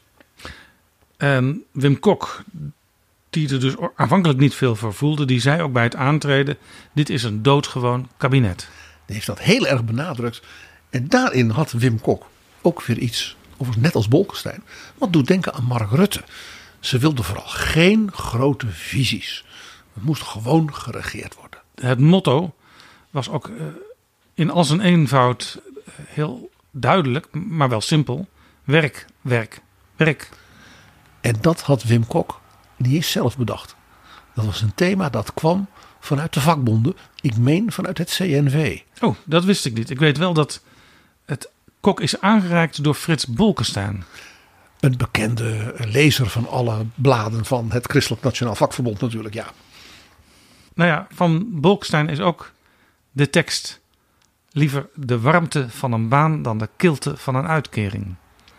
I: En Wim Kok, die er dus aanvankelijk niet veel voor voelde, die zei ook bij het aantreden, dit is een doodgewoon kabinet.
G: Die heeft dat heel erg benadrukt. En daarin had Wim Kok ook weer iets, net als Bolkestein, wat doet denken aan Mark Rutte. Ze wilden vooral geen grote visies. Het moest gewoon geregeerd worden.
I: Het motto was ook in al zijn eenvoud heel duidelijk, maar wel simpel. Werk, werk, werk.
G: En dat had Wim Kok niet eens zelf bedacht. Dat was een thema dat kwam vanuit de vakbonden. Ik meen vanuit het CNV.
I: Oh, dat wist ik niet. Ik weet wel dat het Kok is aangereikt door Frits Bolkestein.
G: Een bekende lezer van alle bladen van het Christelijk Nationaal Vakverbond natuurlijk, ja.
I: Nou ja, van Bolkestein is ook de tekst: liever de warmte van een baan dan de kilte van een uitkering.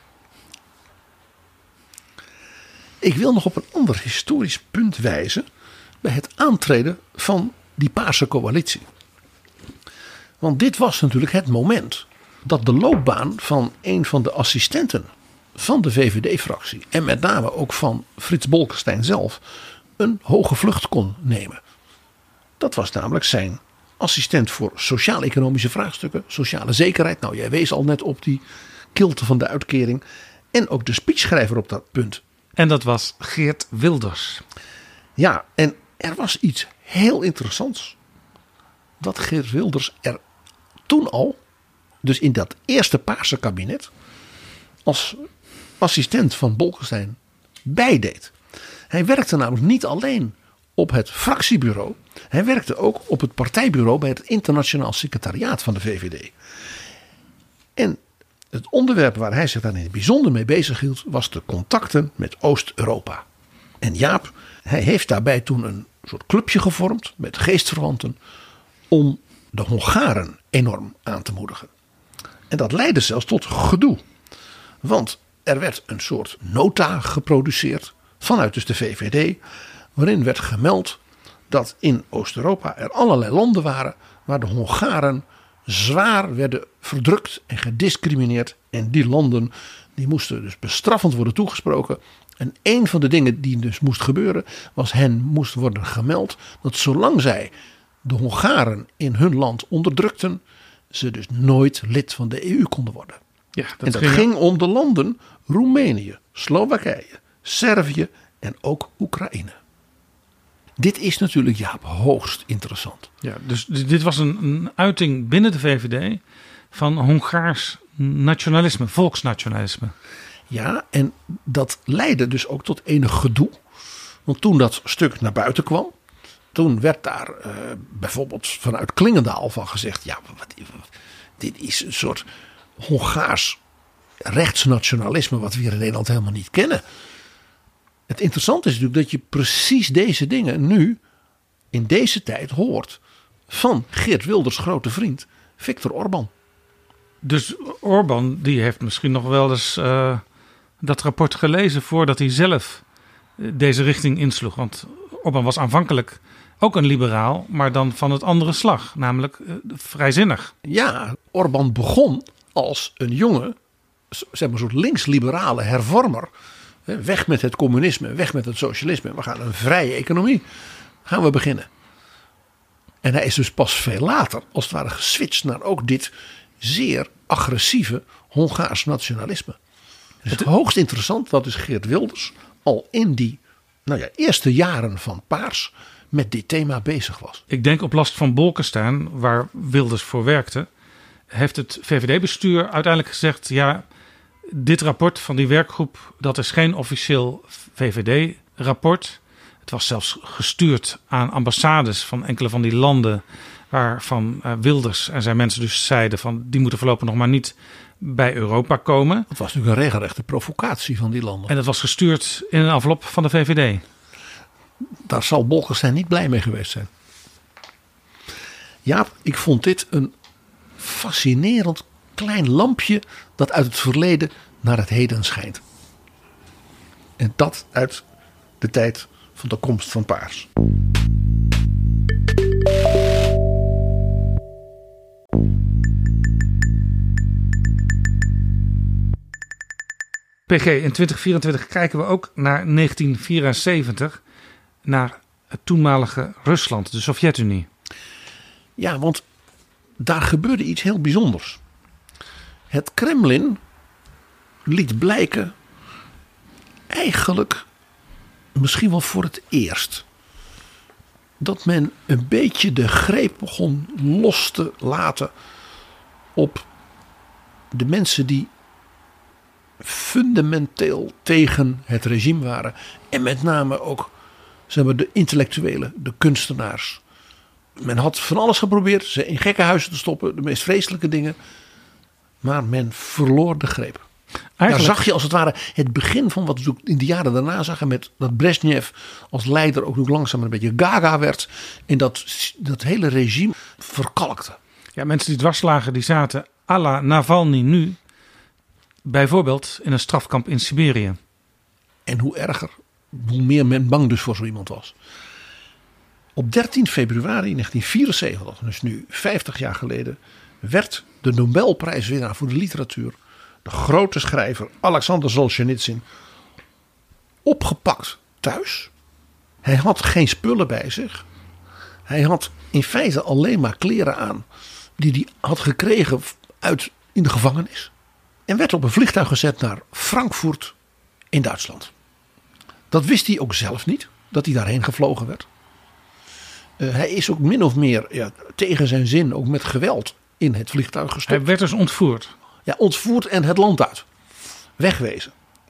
G: Ik wil nog op een ander historisch punt wijzen bij het aantreden van die paarse coalitie. Want dit was natuurlijk het moment dat de loopbaan van een van de assistenten van de VVD-fractie en met name ook van Frits Bolkestein zelf een hoge vlucht kon nemen. Dat was namelijk zijn assistent voor sociaal-economische vraagstukken, sociale zekerheid. Nou, jij wees al net op die kilte van de uitkering. En ook de speechschrijver op dat punt.
I: En dat was Geert Wilders.
G: Ja, en er was iets heel interessants. Dat Geert Wilders er toen al, dus in dat eerste paarse kabinet, als assistent van Bolkestein bijdeed. Hij werkte namelijk niet alleen op het fractiebureau. Hij werkte ook op het partijbureau bij het internationaal secretariaat van de VVD. En het onderwerp waar hij zich dan in het bijzonder mee bezig hield was de contacten met Oost-Europa. En Jaap, hij heeft daarbij toen een soort clubje gevormd met geestverwanten om de Hongaren enorm aan te moedigen. En dat leidde zelfs tot gedoe. Want er werd een soort nota geproduceerd vanuit dus de VVD, waarin werd gemeld dat in Oost-Europa er allerlei landen waren waar de Hongaren zwaar werden verdrukt en gediscrimineerd. En die landen die moesten dus bestraffend worden toegesproken. En een van de dingen die dus moest gebeuren was hen moest worden gemeld dat zolang zij de Hongaren in hun land onderdrukten, ze dus nooit lid van de EU konden worden.
I: Ja,
G: dat ging om de landen Roemenië, Slowakije, Servië en ook Oekraïne. Dit is natuurlijk, Jaap, hoogst interessant.
I: Ja, dus dit was een uiting binnen de VVD van Hongaars nationalisme, volksnationalisme.
G: Ja, en dat leidde dus ook tot enig gedoe. Want toen dat stuk naar buiten kwam, toen werd daar bijvoorbeeld vanuit Klingendaal van gezegd, ja, dit is een soort Hongaars rechtsnationalisme wat we hier in Nederland helemaal niet kennen. Het interessante is natuurlijk dat je precies deze dingen nu in deze tijd hoort van Geert Wilders' grote vriend Viktor Orbán.
I: Dus Orbán die heeft misschien nog wel eens dat rapport gelezen voordat hij zelf deze richting insloeg. Want Orbán was aanvankelijk ook een liberaal, maar dan van het andere slag, namelijk vrijzinnig.
G: Ja, Orbán begon als een jonge, zeg maar, een soort links-liberale hervormer. Weg met het communisme, weg met het socialisme. We gaan een vrije economie gaan we beginnen. En hij is dus pas veel later, als het ware, geswitcht naar ook dit zeer agressieve Hongaars nationalisme. Het is hoogst interessant dat dus Geert Wilders al in die eerste jaren van Paars met dit thema bezig was.
I: Ik denk op last van Bolkestein, waar Wilders voor werkte, heeft het VVD-bestuur uiteindelijk gezegd, ja, dit rapport van die werkgroep, dat is geen officieel VVD-rapport. Het was zelfs gestuurd aan ambassades van enkele van die landen waarvan Wilders en zijn mensen dus zeiden van die moeten voorlopig nog maar niet bij Europa komen.
G: Dat was natuurlijk een regelrechte provocatie van die landen.
I: En dat was gestuurd in een envelop van de VVD.
G: Daar zal Bolkestein niet blij mee geweest zijn. Ja, ik vond dit een fascinerend klein lampje dat uit het verleden naar het heden schijnt. En dat uit de tijd van de komst van Paars.
I: PG, in 2024 kijken we ook naar 1974, naar het toenmalige Rusland, de Sovjet-Unie.
G: Ja, want daar gebeurde iets heel bijzonders. Het Kremlin liet blijken, eigenlijk misschien wel voor het eerst, dat men een beetje de greep begon los te laten op de mensen die fundamenteel tegen het regime waren. En met name ook, zeg maar, de intellectuelen, de kunstenaars. Men had van alles geprobeerd ze in gekkenhuizen te stoppen, de meest vreselijke dingen. Maar men verloor de greep. Daar zag je als het ware het begin van wat we in de jaren daarna zagen, met dat Brezhnev als leider ook nog langzaam een beetje gaga werd. En dat hele regime verkalkte.
I: Ja, mensen die dwars lagen, die zaten à la Navalny nu bijvoorbeeld in een strafkamp in Siberië.
G: En hoe erger, hoe meer men bang dus voor zo iemand was. Op 13 februari 1974, dus nu 50 jaar geleden, werd de Nobelprijswinnaar voor de literatuur, de grote schrijver Alexander Solzhenitsyn, opgepakt thuis. Hij had geen spullen bij zich. Hij had in feite alleen maar kleren aan die hij had gekregen in de gevangenis. En werd op een vliegtuig gezet naar Frankfurt in Duitsland. Dat wist hij ook zelf niet, dat hij daarheen gevlogen werd. Hij is ook min of meer tegen zijn zin, ook met geweld, in het vliegtuig gestopt.
I: Hij werd dus ontvoerd.
G: Ja, ontvoerd en het land uit. Wegwezen.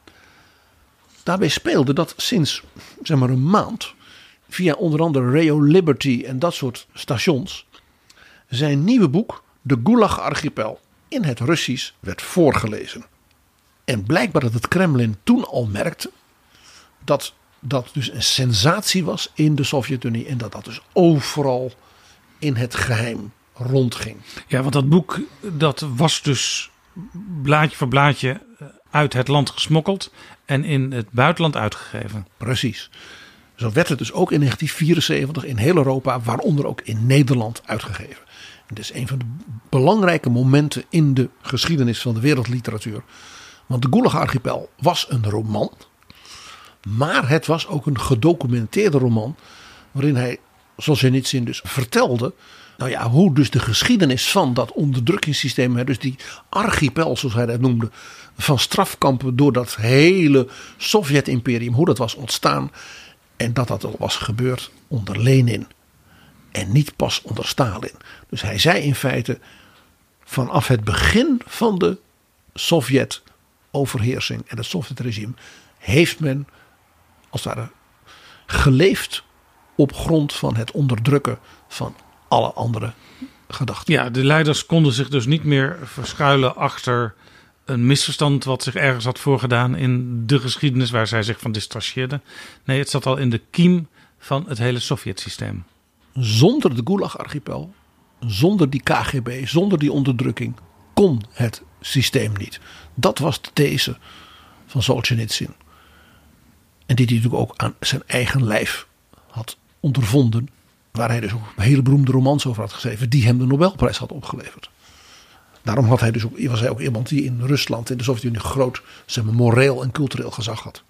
G: Daarbij speelde dat sinds, zeg maar, een maand, via onder andere Radio Liberty en dat soort stations, zijn nieuwe boek, De Gulag-archipel, in het Russisch werd voorgelezen. En blijkbaar dat het Kremlin toen al merkte dat dat dus een sensatie was in de Sovjet-Unie en dat dus overal in het geheim rondging.
I: Ja, want dat boek dat was dus blaadje voor blaadje uit het land gesmokkeld en in het buitenland uitgegeven.
G: Precies. Zo werd het dus ook in 1974 in heel Europa, waaronder ook in Nederland, uitgegeven. Het is een van de belangrijke momenten in de geschiedenis van de wereldliteratuur. Want de Gulag-archipel was een roman. Maar het was ook een gedocumenteerde roman. Waarin hij, Solzhenitsyn dus, vertelde Nou ja, hoe dus de geschiedenis van dat onderdrukkingssysteem, dus die archipel zoals hij dat noemde, van strafkampen door dat hele Sovjet-imperium, hoe dat was ontstaan. En dat al was gebeurd onder Lenin en niet pas onder Stalin. Dus hij zei in feite, vanaf het begin van de Sovjet-overheersing en het Sovjet-regime heeft men als het ware geleefd op grond van het onderdrukken van alle andere gedachten.
I: Ja, de leiders konden zich dus niet meer verschuilen achter een misverstand wat zich ergens had voorgedaan in de geschiedenis waar zij zich van distancieerden. Nee, het zat al in de kiem van het hele Sovjet-systeem.
G: Zonder de Gulag-archipel, zonder die KGB, zonder die onderdrukking kon het systeem niet. Dat was de these van Solzhenitsyn. En die hij natuurlijk ook aan zijn eigen lijf had ondervonden. Waar hij dus ook een hele beroemde romans over had geschreven. Die hem de Nobelprijs had opgeleverd. Daarom was hij ook iemand die in Rusland, in de Sovjet-Unie, groot moreel en cultureel gezag had.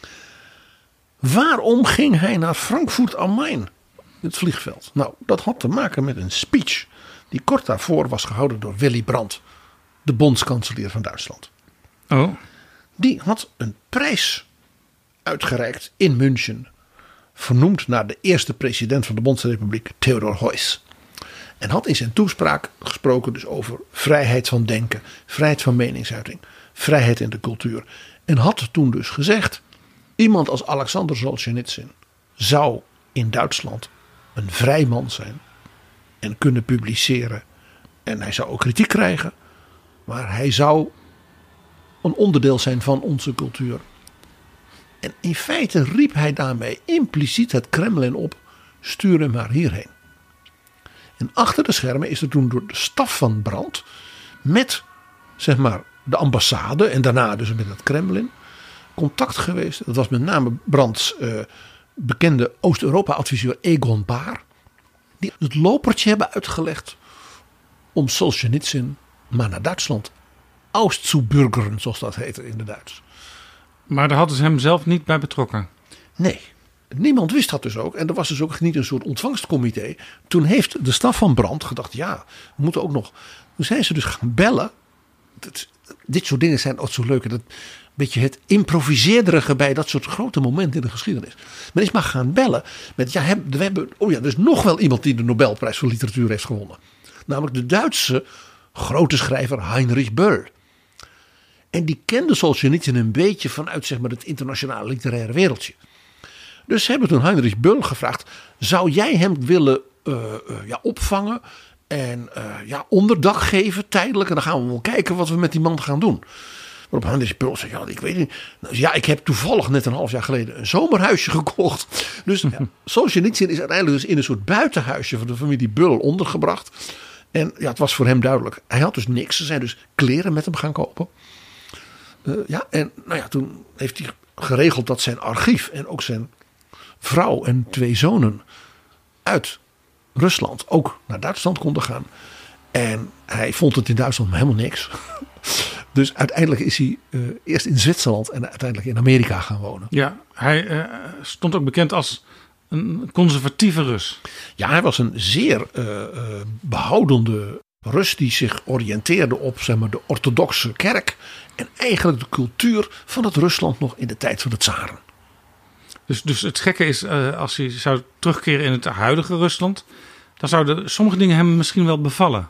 G: Waarom ging hij naar Frankfurt am Main, het vliegveld? Nou, dat had te maken met een speech die kort daarvoor was gehouden door Willy Brandt, de bondskanselier van Duitsland.
I: Oh.
G: Die had een prijs uitgereikt in München, vernoemd naar de eerste president van de Bondsrepubliek, Theodor Heuss. En had in zijn toespraak gesproken dus over vrijheid van denken, vrijheid van meningsuiting, vrijheid in de cultuur. En had toen dus gezegd, iemand als Alexander Solzhenitsyn zou in Duitsland een vrij man zijn en kunnen publiceren. En hij zou ook kritiek krijgen, maar hij zou een onderdeel zijn van onze cultuur. En in feite riep hij daarmee impliciet het Kremlin op, stuur hem maar hierheen. En achter de schermen is er toen door de staf van Brandt met zeg maar de ambassade en daarna dus met het Kremlin contact geweest. Dat was met name Brandts bekende Oost-Europa-adviseur Egon Bahr. Die het lopertje hebben uitgelegd om Solzhenitsyn maar naar Duitsland auszubürgern, zoals dat heette in de Duits.
I: Maar daar hadden ze hem zelf niet bij betrokken.
G: Nee, niemand wist dat dus ook. En er was dus ook niet een soort ontvangstcomité. Toen heeft de staf van Brandt gedacht, ja, we moeten ook nog. Toen zijn ze dus gaan bellen. Dit soort dingen zijn ook zo leuk. Dat beetje het improviseerderige bij dat soort grote momenten in de geschiedenis. Men is maar gaan bellen met, er is nog wel iemand die de Nobelprijs voor literatuur heeft gewonnen. Namelijk de Duitse grote schrijver Heinrich Böll. En die kende Solzhenitsyn een beetje vanuit zeg maar het internationale literaire wereldje. Dus ze hebben toen Heinrich Böll gevraagd, zou jij hem willen opvangen en onderdak geven tijdelijk? En dan gaan we wel kijken wat we met die man gaan doen. Waarop Heinrich Böll zei, ik weet niet. Ja, ik heb toevallig net een half jaar geleden een zomerhuisje gekocht. Dus Solzhenitsyn is uiteindelijk dus in een soort buitenhuisje van de familie Böll ondergebracht. En het was voor hem duidelijk. Hij had dus niks. Ze zijn dus kleren met hem gaan kopen. Toen heeft hij geregeld dat zijn archief en ook zijn vrouw en 2 zonen uit Rusland ook naar Duitsland konden gaan. En hij vond het in Duitsland helemaal niks. Dus uiteindelijk is hij eerst in Zwitserland en uiteindelijk in Amerika gaan wonen.
I: Ja, hij stond ook bekend als een conservatieve Rus.
G: Ja, hij was een zeer behoudende Rus die zich oriënteerde op zeg maar, de orthodoxe kerk. En eigenlijk de cultuur van het Rusland nog in de tijd van de tsaren.
I: Dus het gekke is, als hij zou terugkeren in het huidige Rusland, dan zouden sommige dingen hem misschien wel bevallen.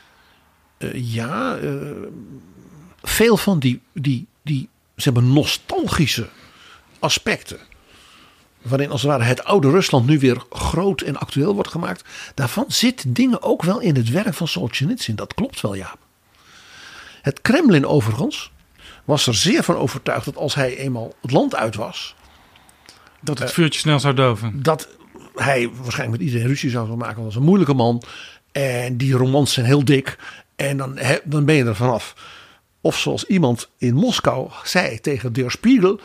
G: Veel van die zeg maar, nostalgische aspecten, waarin als het ware het oude Rusland nu weer groot en actueel wordt gemaakt, daarvan zitten dingen ook wel in het werk van Solzhenitsyn. Dat klopt wel, Jaap. Het Kremlin overigens was er zeer van overtuigd dat als hij eenmaal het land uit was,
I: dat het vuurtje snel zou doven.
G: Dat hij waarschijnlijk met iedereen ruzie zou maken. Want dat is een moeilijke man. En die romans zijn heel dik. En dan ben je er vanaf. Of zoals iemand in Moskou zei tegen Der Spiegel: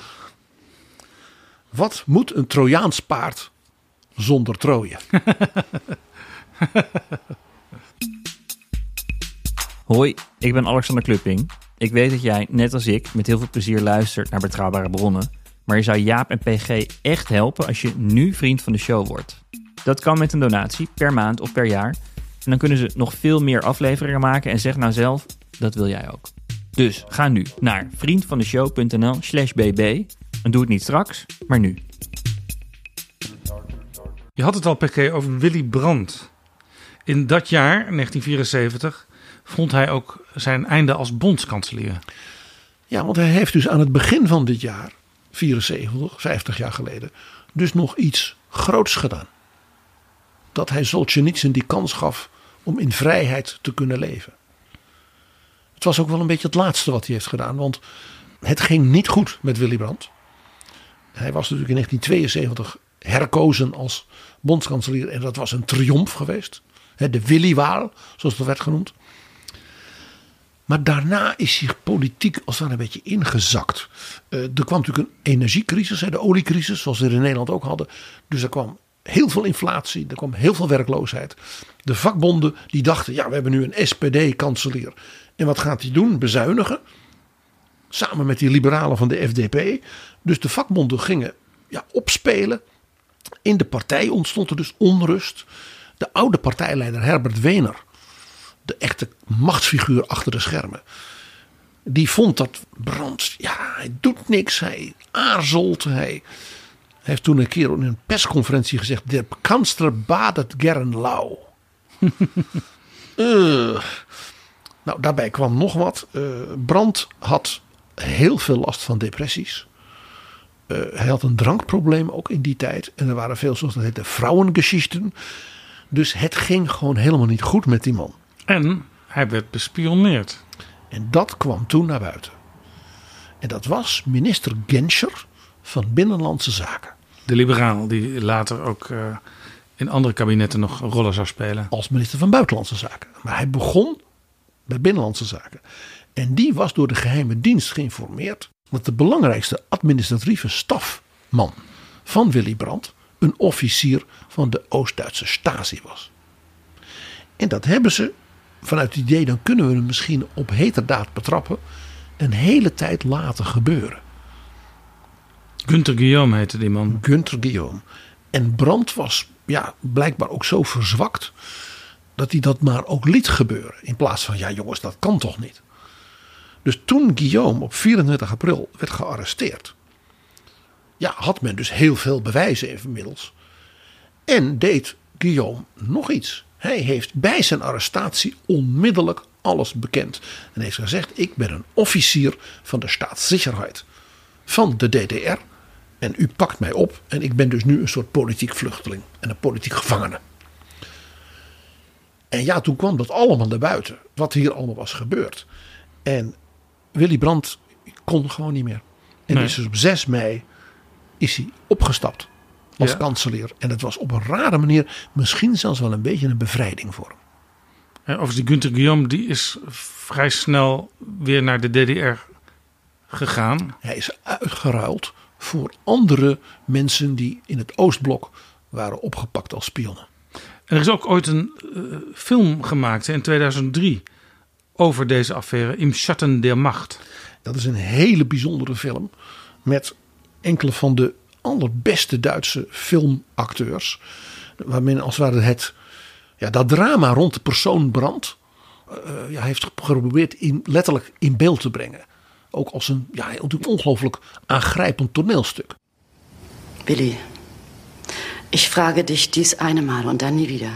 G: wat moet een Trojaans paard zonder Troje?
R: Hoi, ik ben Alexander Klupping. Ik weet dat jij, net als ik, met heel veel plezier luistert naar Betrouwbare Bronnen. Maar je zou Jaap en PG echt helpen als je nu vriend van de show wordt. Dat kan met een donatie per maand of per jaar. En dan kunnen ze nog veel meer afleveringen maken. En zeg nou zelf, dat wil jij ook. Dus ga nu naar vriendvandeshow.nl/bb. En doe het niet straks, maar nu.
I: Je had het al, PG, over Willy Brandt. In dat jaar, 1974, vond hij ook zijn einde als bondskanselier.
G: Ja, want hij heeft dus aan het begin van dit jaar, 74, 50 jaar geleden, dus nog iets groots gedaan. Dat hij Solzhenitsyn die kans gaf om in vrijheid te kunnen leven. Het was ook wel een beetje het laatste wat hij heeft gedaan, want het ging niet goed met Willy Brandt. Hij was natuurlijk in 1972 herkozen als bondskanselier en dat was een triomf geweest. De Willywaal, zoals dat werd genoemd. Maar daarna is hij politiek als daar een beetje ingezakt. Er kwam natuurlijk een energiecrisis, de oliecrisis, zoals we er in Nederland ook hadden. Dus er kwam heel veel inflatie, er kwam heel veel werkloosheid. De vakbonden die dachten, ja, we hebben nu een SPD-kanselier. En wat gaat hij doen? Bezuinigen. Samen met die liberalen van de FDP. Dus de vakbonden gingen opspelen. In de partij ontstond er dus onrust. De oude partijleider Herbert Wehner, de echte machtsfiguur achter de schermen, die vond dat Brandt, hij doet niks, hij aarzelt. Hij heeft toen een keer in een persconferentie gezegd, der Kanzler badet gern lauw. Nou, daarbij kwam nog wat. Brandt had heel veel last van depressies. Hij had een drankprobleem ook in die tijd. En er waren veel, zoals dat heette, vrouwengeschichten. Dus het ging gewoon helemaal niet goed met die man.
I: En hij werd bespioneerd.
G: En dat kwam toen naar buiten. En dat was minister Genscher van Binnenlandse Zaken.
I: De liberaal die later ook in andere kabinetten nog een rol zou spelen.
G: Als minister van Buitenlandse Zaken. Maar hij begon bij Binnenlandse Zaken. En die was door de geheime dienst geïnformeerd dat de belangrijkste administratieve stafman van Willy Brandt een officier van de Oost-Duitse Stasi was. En dat hebben ze, vanuit het idee, dan kunnen we hem misschien op heterdaad betrappen, een hele tijd laten gebeuren.
I: Günther Guillaume heette die man.
G: Günther Guillaume. En Brandt was blijkbaar ook zo verzwakt dat hij dat maar ook liet gebeuren. In plaats van, jongens, dat kan toch niet. Dus toen Guillaume op 24 april werd gearresteerd, had men dus heel veel bewijzen inmiddels. En deed Guillaume nog iets. Hij heeft bij zijn arrestatie onmiddellijk alles bekend. En heeft gezegd, ik ben een officier van de Staatssicherheit van de DDR. En u pakt mij op en ik ben dus nu een soort politiek vluchteling en een politiek gevangene. En toen kwam dat allemaal naar buiten. Wat hier allemaal was gebeurd. En Willy Brandt kon gewoon niet meer. En is dus op 6 mei is hij opgestapt als kanselier. En dat was op een rare manier misschien zelfs wel een beetje een bevrijding voor hem.
I: Overigens, die Günther Guillaume die is vrij snel weer naar de DDR gegaan.
G: Hij is uitgeruild voor andere mensen die in het Oostblok waren opgepakt als spionnen.
I: En er is ook ooit een film gemaakt in 2003 over deze affaire, Im Schatten der Macht. Dat
G: is een hele bijzondere film met enkele van de allerbeste Duitse filmacteurs. Waar men als het ware dat drama rond de persoon Brandt heeft geprobeerd letterlijk in beeld te brengen. Ook als een ongelooflijk aangrijpend toneelstuk.
S: Willy, ich frage dich dies eine Mal und dann nie wieder.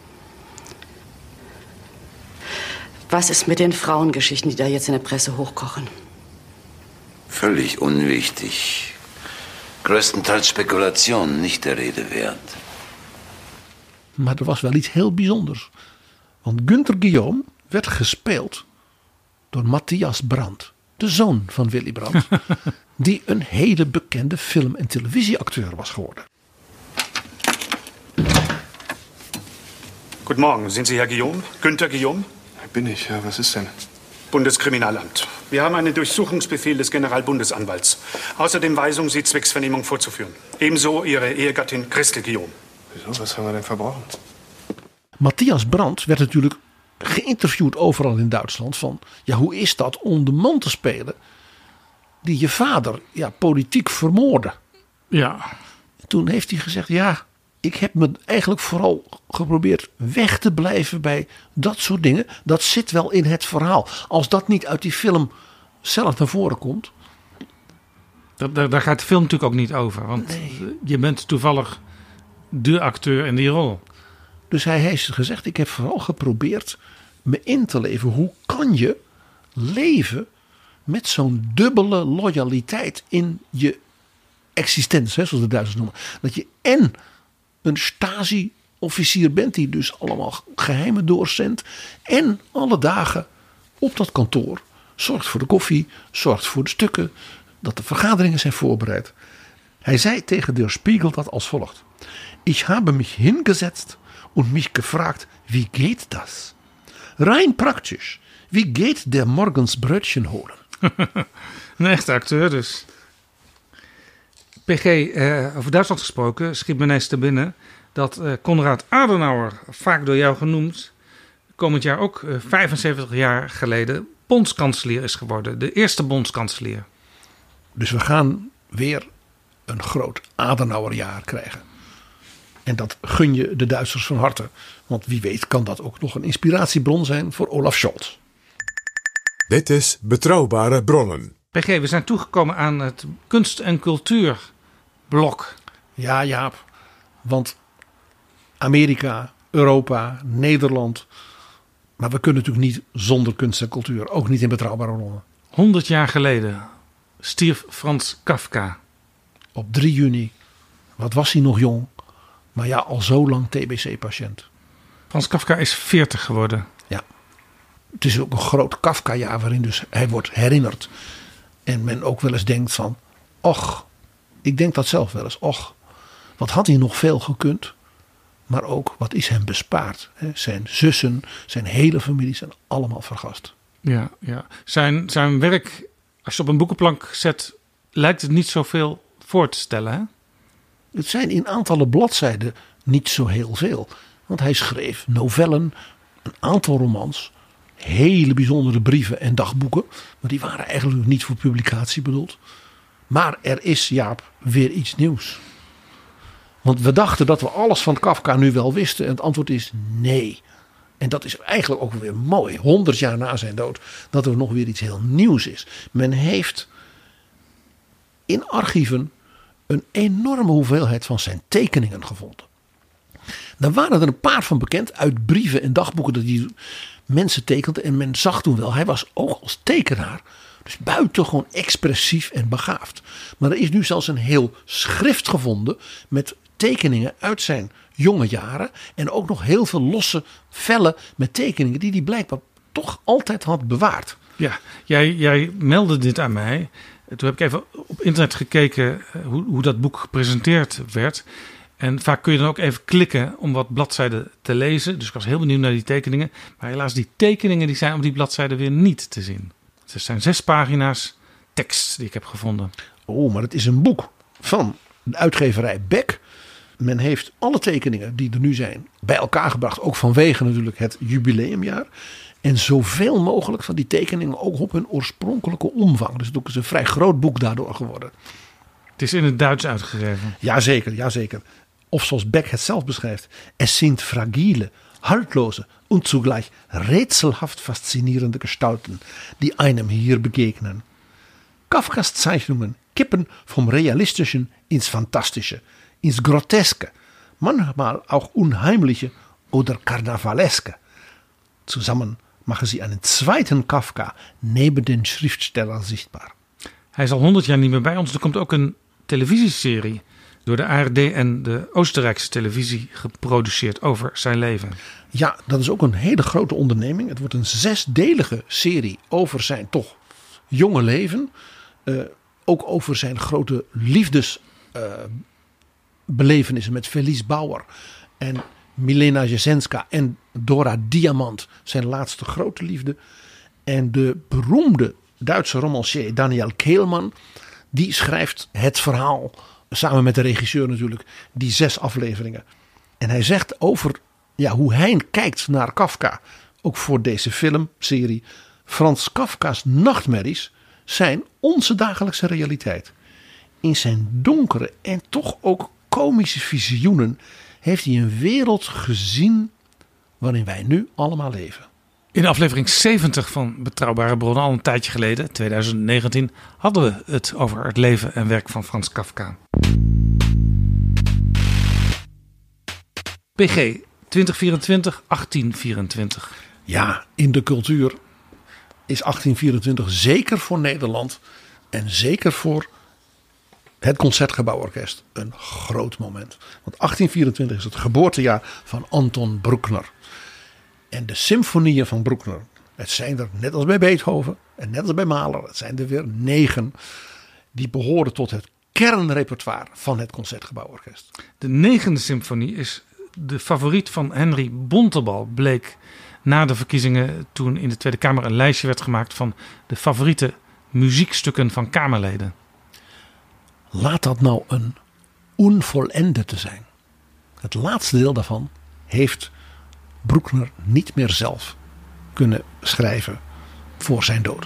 S: Was ist mit den Frauengeschichten, die da jetzt in der Presse hochkochen?
T: Völlig unwichtig. Größtenteils Spekulation, nicht der Rede wert.
G: Maar er was wel iets heel bijzonders. Want Günther Guillaume werd gespeeld door Matthias Brandt. De zoon van Willy Brandt. Die een hele bekende film- en televisieacteur was geworden.
U: Guten Morgen, sind Sie Herr Guillaume? Günther Guillaume?
V: Bin ich, ja, was ist denn?
U: Bundeskriminalamt. Wir haben einen Durchsuchungsbefehl des Generalbundesanwalts. Außerdem Weisung, Sie zwecks Vernehmung vorzuführen. Ebenso Ihre Ehegattin Christel Guillaume.
V: Wieso, was haben wir denn verbrochen?
G: Matthias Brandt werd natuurlijk geïnterviewd overal in Duitsland van, hoe is dat om de man te spelen die je vader politiek vermoordde?
I: Ja.
G: Toen heeft hij gezegd, ik heb me eigenlijk vooral geprobeerd weg te blijven bij dat soort dingen. Dat zit wel in het verhaal. Als dat niet uit die film zelf naar voren komt.
I: Daar gaat de film natuurlijk ook niet over. Want je bent toevallig de acteur in die rol.
G: Dus hij heeft gezegd, ik heb vooral geprobeerd me in te leven. Hoe kan je leven met zo'n dubbele loyaliteit in je existentie, zoals de Duitsers noemen. Dat je en een Stasi-officier bent die dus allemaal geheimen doorzendt. En alle dagen op dat kantoor zorgt voor de koffie, zorgt voor de stukken, dat de vergaderingen zijn voorbereid. Hij zei tegen Der Spiegel dat als volgt. Ich habe mich hingesetzt und mich gefragt, wie geht das? Rein praktisch. Wie geht der morgens Brötchen holen?
I: Een echte acteur dus. PG, over Duitsland gesproken, schiet me ineens te binnen dat Konrad Adenauer, vaak door jou genoemd, komend jaar ook 75 jaar geleden bondskanselier is geworden. De eerste bondskanselier.
G: Dus we gaan weer een groot Adenauerjaar krijgen. En dat gun je de Duitsers van harte. Want wie weet kan dat ook nog een inspiratiebron zijn voor Olaf Scholz.
H: Dit is Betrouwbare Bronnen.
I: PG, we zijn toegekomen aan het kunst- en cultuurblok.
G: Ja, Jaap. Want Amerika, Europa, Nederland. Maar we kunnen natuurlijk niet zonder kunst en cultuur. Ook niet in Betrouwbare Bronnen.
I: 100 jaar geleden stierf Frans Kafka.
G: Op 3 juni. Wat was hij nog jong. Maar ja, al zo lang TBC-patiënt.
I: Frans Kafka is 40 geworden.
G: Ja. Het is ook een groot Kafka-jaar waarin dus hij wordt herinnerd. En men ook wel eens denkt van, och, ik denk dat zelf wel eens, och, wat had hij nog veel gekund. Maar ook, wat is hem bespaard. Zijn zussen, zijn hele familie zijn allemaal vergast.
I: Ja, ja. Zijn werk, als je op een boekenplank zet, lijkt het niet zoveel voor te stellen, hè?
G: Het zijn in aantallen bladzijden niet zo heel veel. Want hij schreef novellen, een aantal romans, hele bijzondere brieven en dagboeken. Maar die waren eigenlijk niet voor publicatie bedoeld. Maar er is, Jaap, weer iets nieuws. Want we dachten dat we alles van Kafka nu wel wisten. En het antwoord is nee. En dat is eigenlijk ook weer mooi. 100 jaar na zijn dood. Dat er nog weer iets heel nieuws is. Men heeft in archieven een enorme hoeveelheid van zijn tekeningen gevonden. Daar waren er een paar van bekend uit brieven en dagboeken dat hij mensen tekende. En men zag toen wel, hij was ook als tekenaar dus buitengewoon expressief en begaafd. Maar er is nu zelfs een heel schrift gevonden met tekeningen uit zijn jonge jaren. En ook nog heel veel losse vellen met tekeningen die hij blijkbaar toch altijd had bewaard.
I: Ja, jij meldde dit aan mij. Toen heb ik even op internet gekeken hoe dat boek gepresenteerd werd. En vaak kun je dan ook even klikken om wat bladzijden te lezen. Dus ik was heel benieuwd naar die tekeningen. Maar helaas, die tekeningen die zijn op die bladzijden weer niet te zien. Het zijn 6 pagina's tekst die ik heb gevonden.
G: Oh, maar het is een boek van de uitgeverij Beck. Men heeft alle tekeningen die er nu zijn bij elkaar gebracht. Ook vanwege natuurlijk het jubileumjaar. En zoveel mogelijk van die tekeningen ook op hun oorspronkelijke omvang. Dus het is een vrij groot boek daardoor geworden.
I: Het is in het Duits uitgegeven.
G: Jazeker, jazeker. Of zoals Beck het zelf beschrijft. Es sind fragile, haltlose und zugleich rätselhaft faszinierende Gestalten, die einem hier begegnen. Kafkas Zeichnungen kippen vom Realistischen ins Fantastische, ins Groteske, manchmal auch Unheimliche oder Karnavaleske. Zusammen machen sie einen zweiten Kafka neben den Schriftsteller sichtbar.
I: Hij is al 100 jaar niet meer bij ons. Er komt ook een televisieserie door de ARD en de Oostenrijkse televisie geproduceerd over zijn leven.
G: Ja, dat is ook een hele grote onderneming. Het wordt een 6-delige serie over zijn toch jonge leven. Ook over zijn grote liefdesbelevenissen met Felice Bauer en Milena Jesenska en Dora Diamant, zijn laatste grote liefde. En de beroemde Duitse romancier Daniel Kehlmann, die schrijft het verhaal, samen met de regisseur natuurlijk, die 6 afleveringen. En hij zegt over hoe hij kijkt naar Kafka, ook voor deze filmserie. Frans Kafka's nachtmerries zijn onze dagelijkse realiteit. In zijn donkere en toch ook komische visioenen heeft hij een wereld gezien waarin wij nu allemaal leven.
I: In aflevering 70 van Betrouwbare Bronnen, al een tijdje geleden, 2019, hadden we het over het leven en werk van Frans Kafka. PG 2024, 1824.
G: Ja, in de cultuur is 1824 zeker voor Nederland en zeker voor het Concertgebouworkest een groot moment. Want 1824 is het geboortejaar van Anton Bruckner. En de symfonieën van Bruckner, het zijn er net als bij Beethoven en net als bij Mahler, het zijn er weer 9. Die behoren tot het kernrepertoire van het Concertgebouworkest.
I: De 9e symfonie is de favoriet van Henry Bontebal, bleek na de verkiezingen toen in de Tweede Kamer een lijstje werd gemaakt van de favoriete muziekstukken van Kamerleden.
G: Laat dat nou een onvollendete zijn. Het laatste deel daarvan heeft Bruckner niet meer zelf kunnen schrijven voor zijn dood.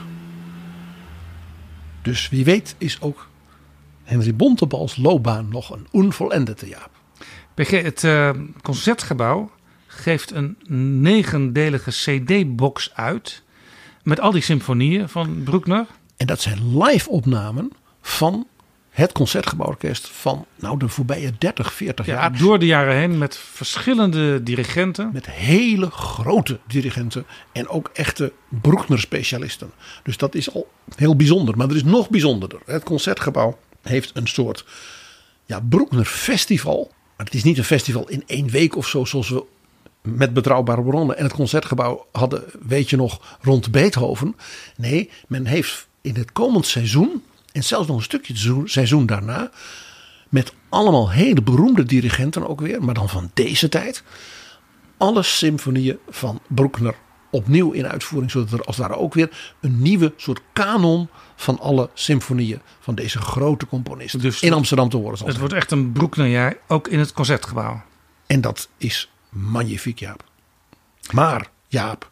G: Dus wie weet is ook Henry Bontebals loopbaan nog een onvollendete, Jaap.
I: PG, het Concertgebouw geeft een 9-delige CD-box uit met al die symfonieën van Bruckner.
G: En dat zijn live-opnamen van het Concertgebouworkest van de voorbije 30, 40 jaar.
I: Door de jaren heen met verschillende dirigenten.
G: Met hele grote dirigenten en ook echte Bruckner-specialisten. Dus dat is al heel bijzonder. Maar er is nog bijzonderder. Het Concertgebouw heeft een soort Bruckner-festival. Maar het is niet een festival in 1 week of zo, zoals we met Betrouwbare Bronnen en het Concertgebouw hadden, weet je nog, rond Beethoven. Nee, men heeft in het komend seizoen en zelfs nog een stukje seizoen daarna, met allemaal hele beroemde dirigenten ook weer, maar dan van deze tijd, alle symfonieën van Bruckner opnieuw in uitvoering, zodat er als het ware ook weer een nieuwe soort kanon van alle symfonieën van deze grote componist dus in Amsterdam te horen zal zijn.
I: Het wordt echt een Brucknerjaar, ook in het Concertgebouw.
G: En dat is magnifiek, Jaap. Maar Jaap,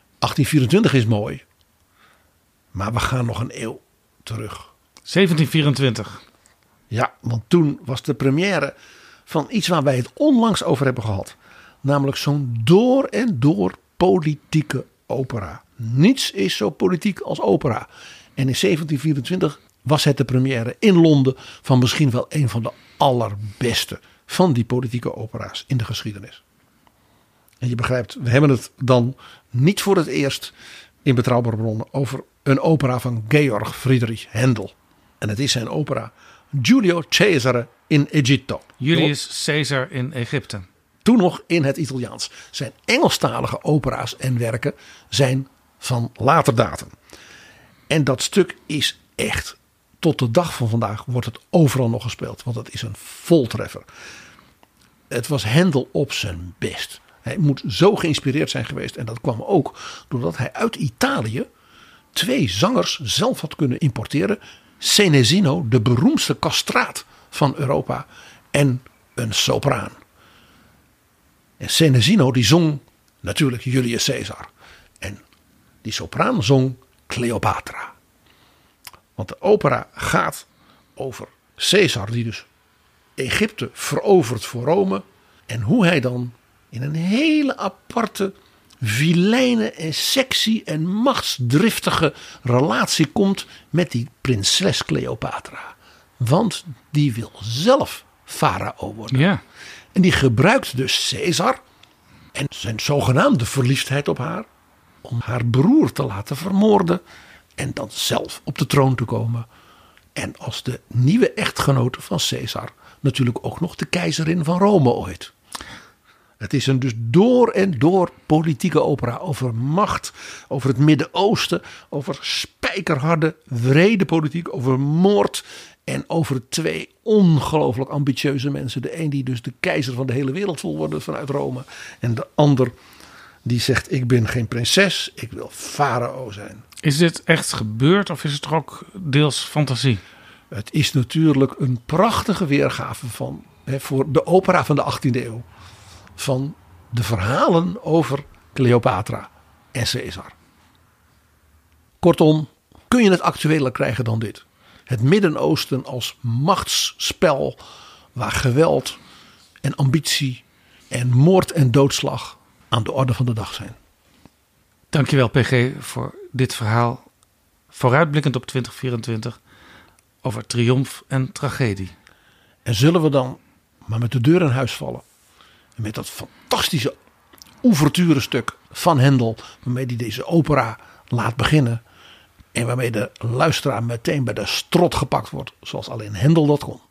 G: 1824 is mooi, maar we gaan nog een eeuw terug.
I: 1724.
G: Ja, want toen was de première van iets waar wij het onlangs over hebben gehad. Namelijk zo'n door en door politieke opera. Niets is zo politiek als opera. En in 1724 was het de première in Londen van misschien wel een van de allerbeste van die politieke opera's in de geschiedenis. En je begrijpt, we hebben het dan niet voor het eerst in Betrouwbare Bronnen over een opera van Georg Friedrich Händel. En het is zijn opera Giulio Cesare in Egitto.
I: Julius Caesar in Egypte.
G: Toen nog in het Italiaans. Zijn Engelstalige opera's en werken zijn van later datum. En dat stuk is echt, tot de dag van vandaag wordt het overal nog gespeeld. Want het is een voltreffer. Het was Händel op zijn best. Hij moet zo geïnspireerd zijn geweest. En dat kwam ook doordat hij uit Italië 2 zangers zelf had kunnen importeren. Senesino, de beroemdste castraat van Europa. En een sopraan. En Senesino die zong natuurlijk Julius Caesar. En die sopraan zong Cleopatra. Want de opera gaat over Caesar die dus Egypte verovert voor Rome. En hoe hij dan in een hele aparte, vilijne en sexy en machtsdriftige relatie komt met die prinses Cleopatra. Want die wil zelf farao worden.
I: Ja.
G: En die gebruikt dus Caesar en zijn zogenaamde verliefdheid op haar om haar broer te laten vermoorden en dan zelf op de troon te komen. En als de nieuwe echtgenote van Caesar natuurlijk ook nog de keizerin van Rome ooit. Het is een dus door en door politieke opera over macht, over het Midden-Oosten, over spijkerharde, wrede politiek, over moord en over 2 ongelooflijk ambitieuze mensen. De een die dus de keizer van de hele wereld wil worden vanuit Rome. En de ander die zegt, ik ben geen prinses, ik wil farao zijn.
I: Is dit echt gebeurd of is het toch ook deels fantasie?
G: Het is natuurlijk een prachtige weergave van, voor de opera van de 18e eeuw. Van de verhalen over Cleopatra en Caesar. Kortom, kun je het actueler krijgen dan dit? Het Midden-Oosten als machtsspel waar geweld en ambitie en moord en doodslag aan de orde van de dag zijn.
I: Dankjewel PG voor dit verhaal. Vooruitblikkend op 2024 over triomf en tragedie.
G: En zullen we dan maar met de deur in huis vallen. En met dat fantastische ouverturestuk van Händel, waarmee hij deze opera laat beginnen. En waarmee de luisteraar meteen bij de strot gepakt wordt, zoals alleen Händel dat kon.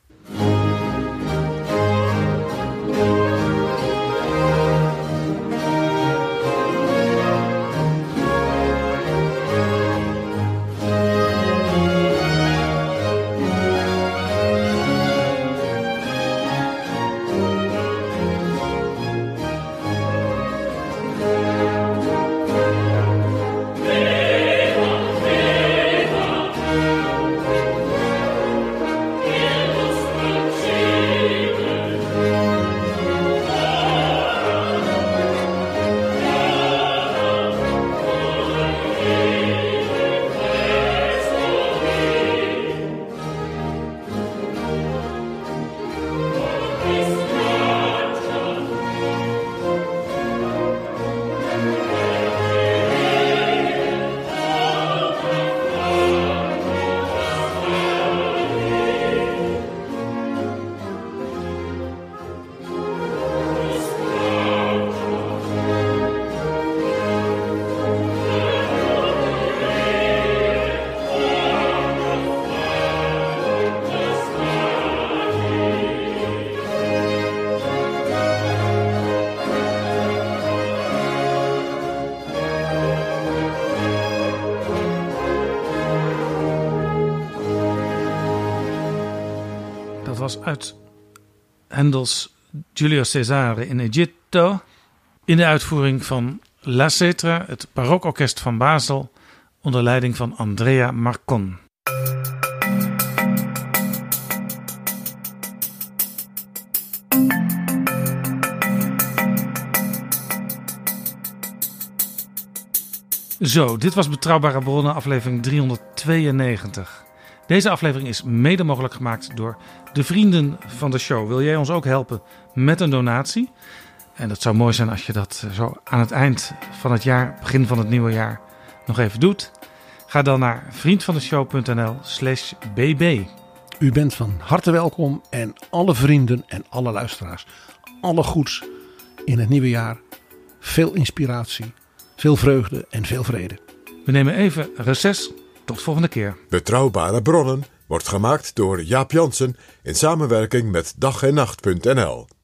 I: Uit Händels Giulio Cesare in Egitto in de uitvoering van La Cetra, het barokorkest van Basel onder leiding van Andrea Marcon. Zo, dit was Betrouwbare Bronnen, aflevering 392. Deze aflevering is mede mogelijk gemaakt door de vrienden van de show. Wil jij ons ook helpen met een donatie? En dat zou mooi zijn als je dat zo aan het eind van het jaar, begin van het nieuwe jaar, nog even doet. Ga dan naar vriendvandeshow.nl/bb.
G: U bent van harte welkom en alle vrienden en alle luisteraars. Alle goeds in het nieuwe jaar. Veel inspiratie, veel vreugde en veel vrede.
I: We nemen even reces. Tot volgende keer.
H: Betrouwbare Bronnen wordt gemaakt door Jaap Jansen in samenwerking met dag-en-nacht.nl.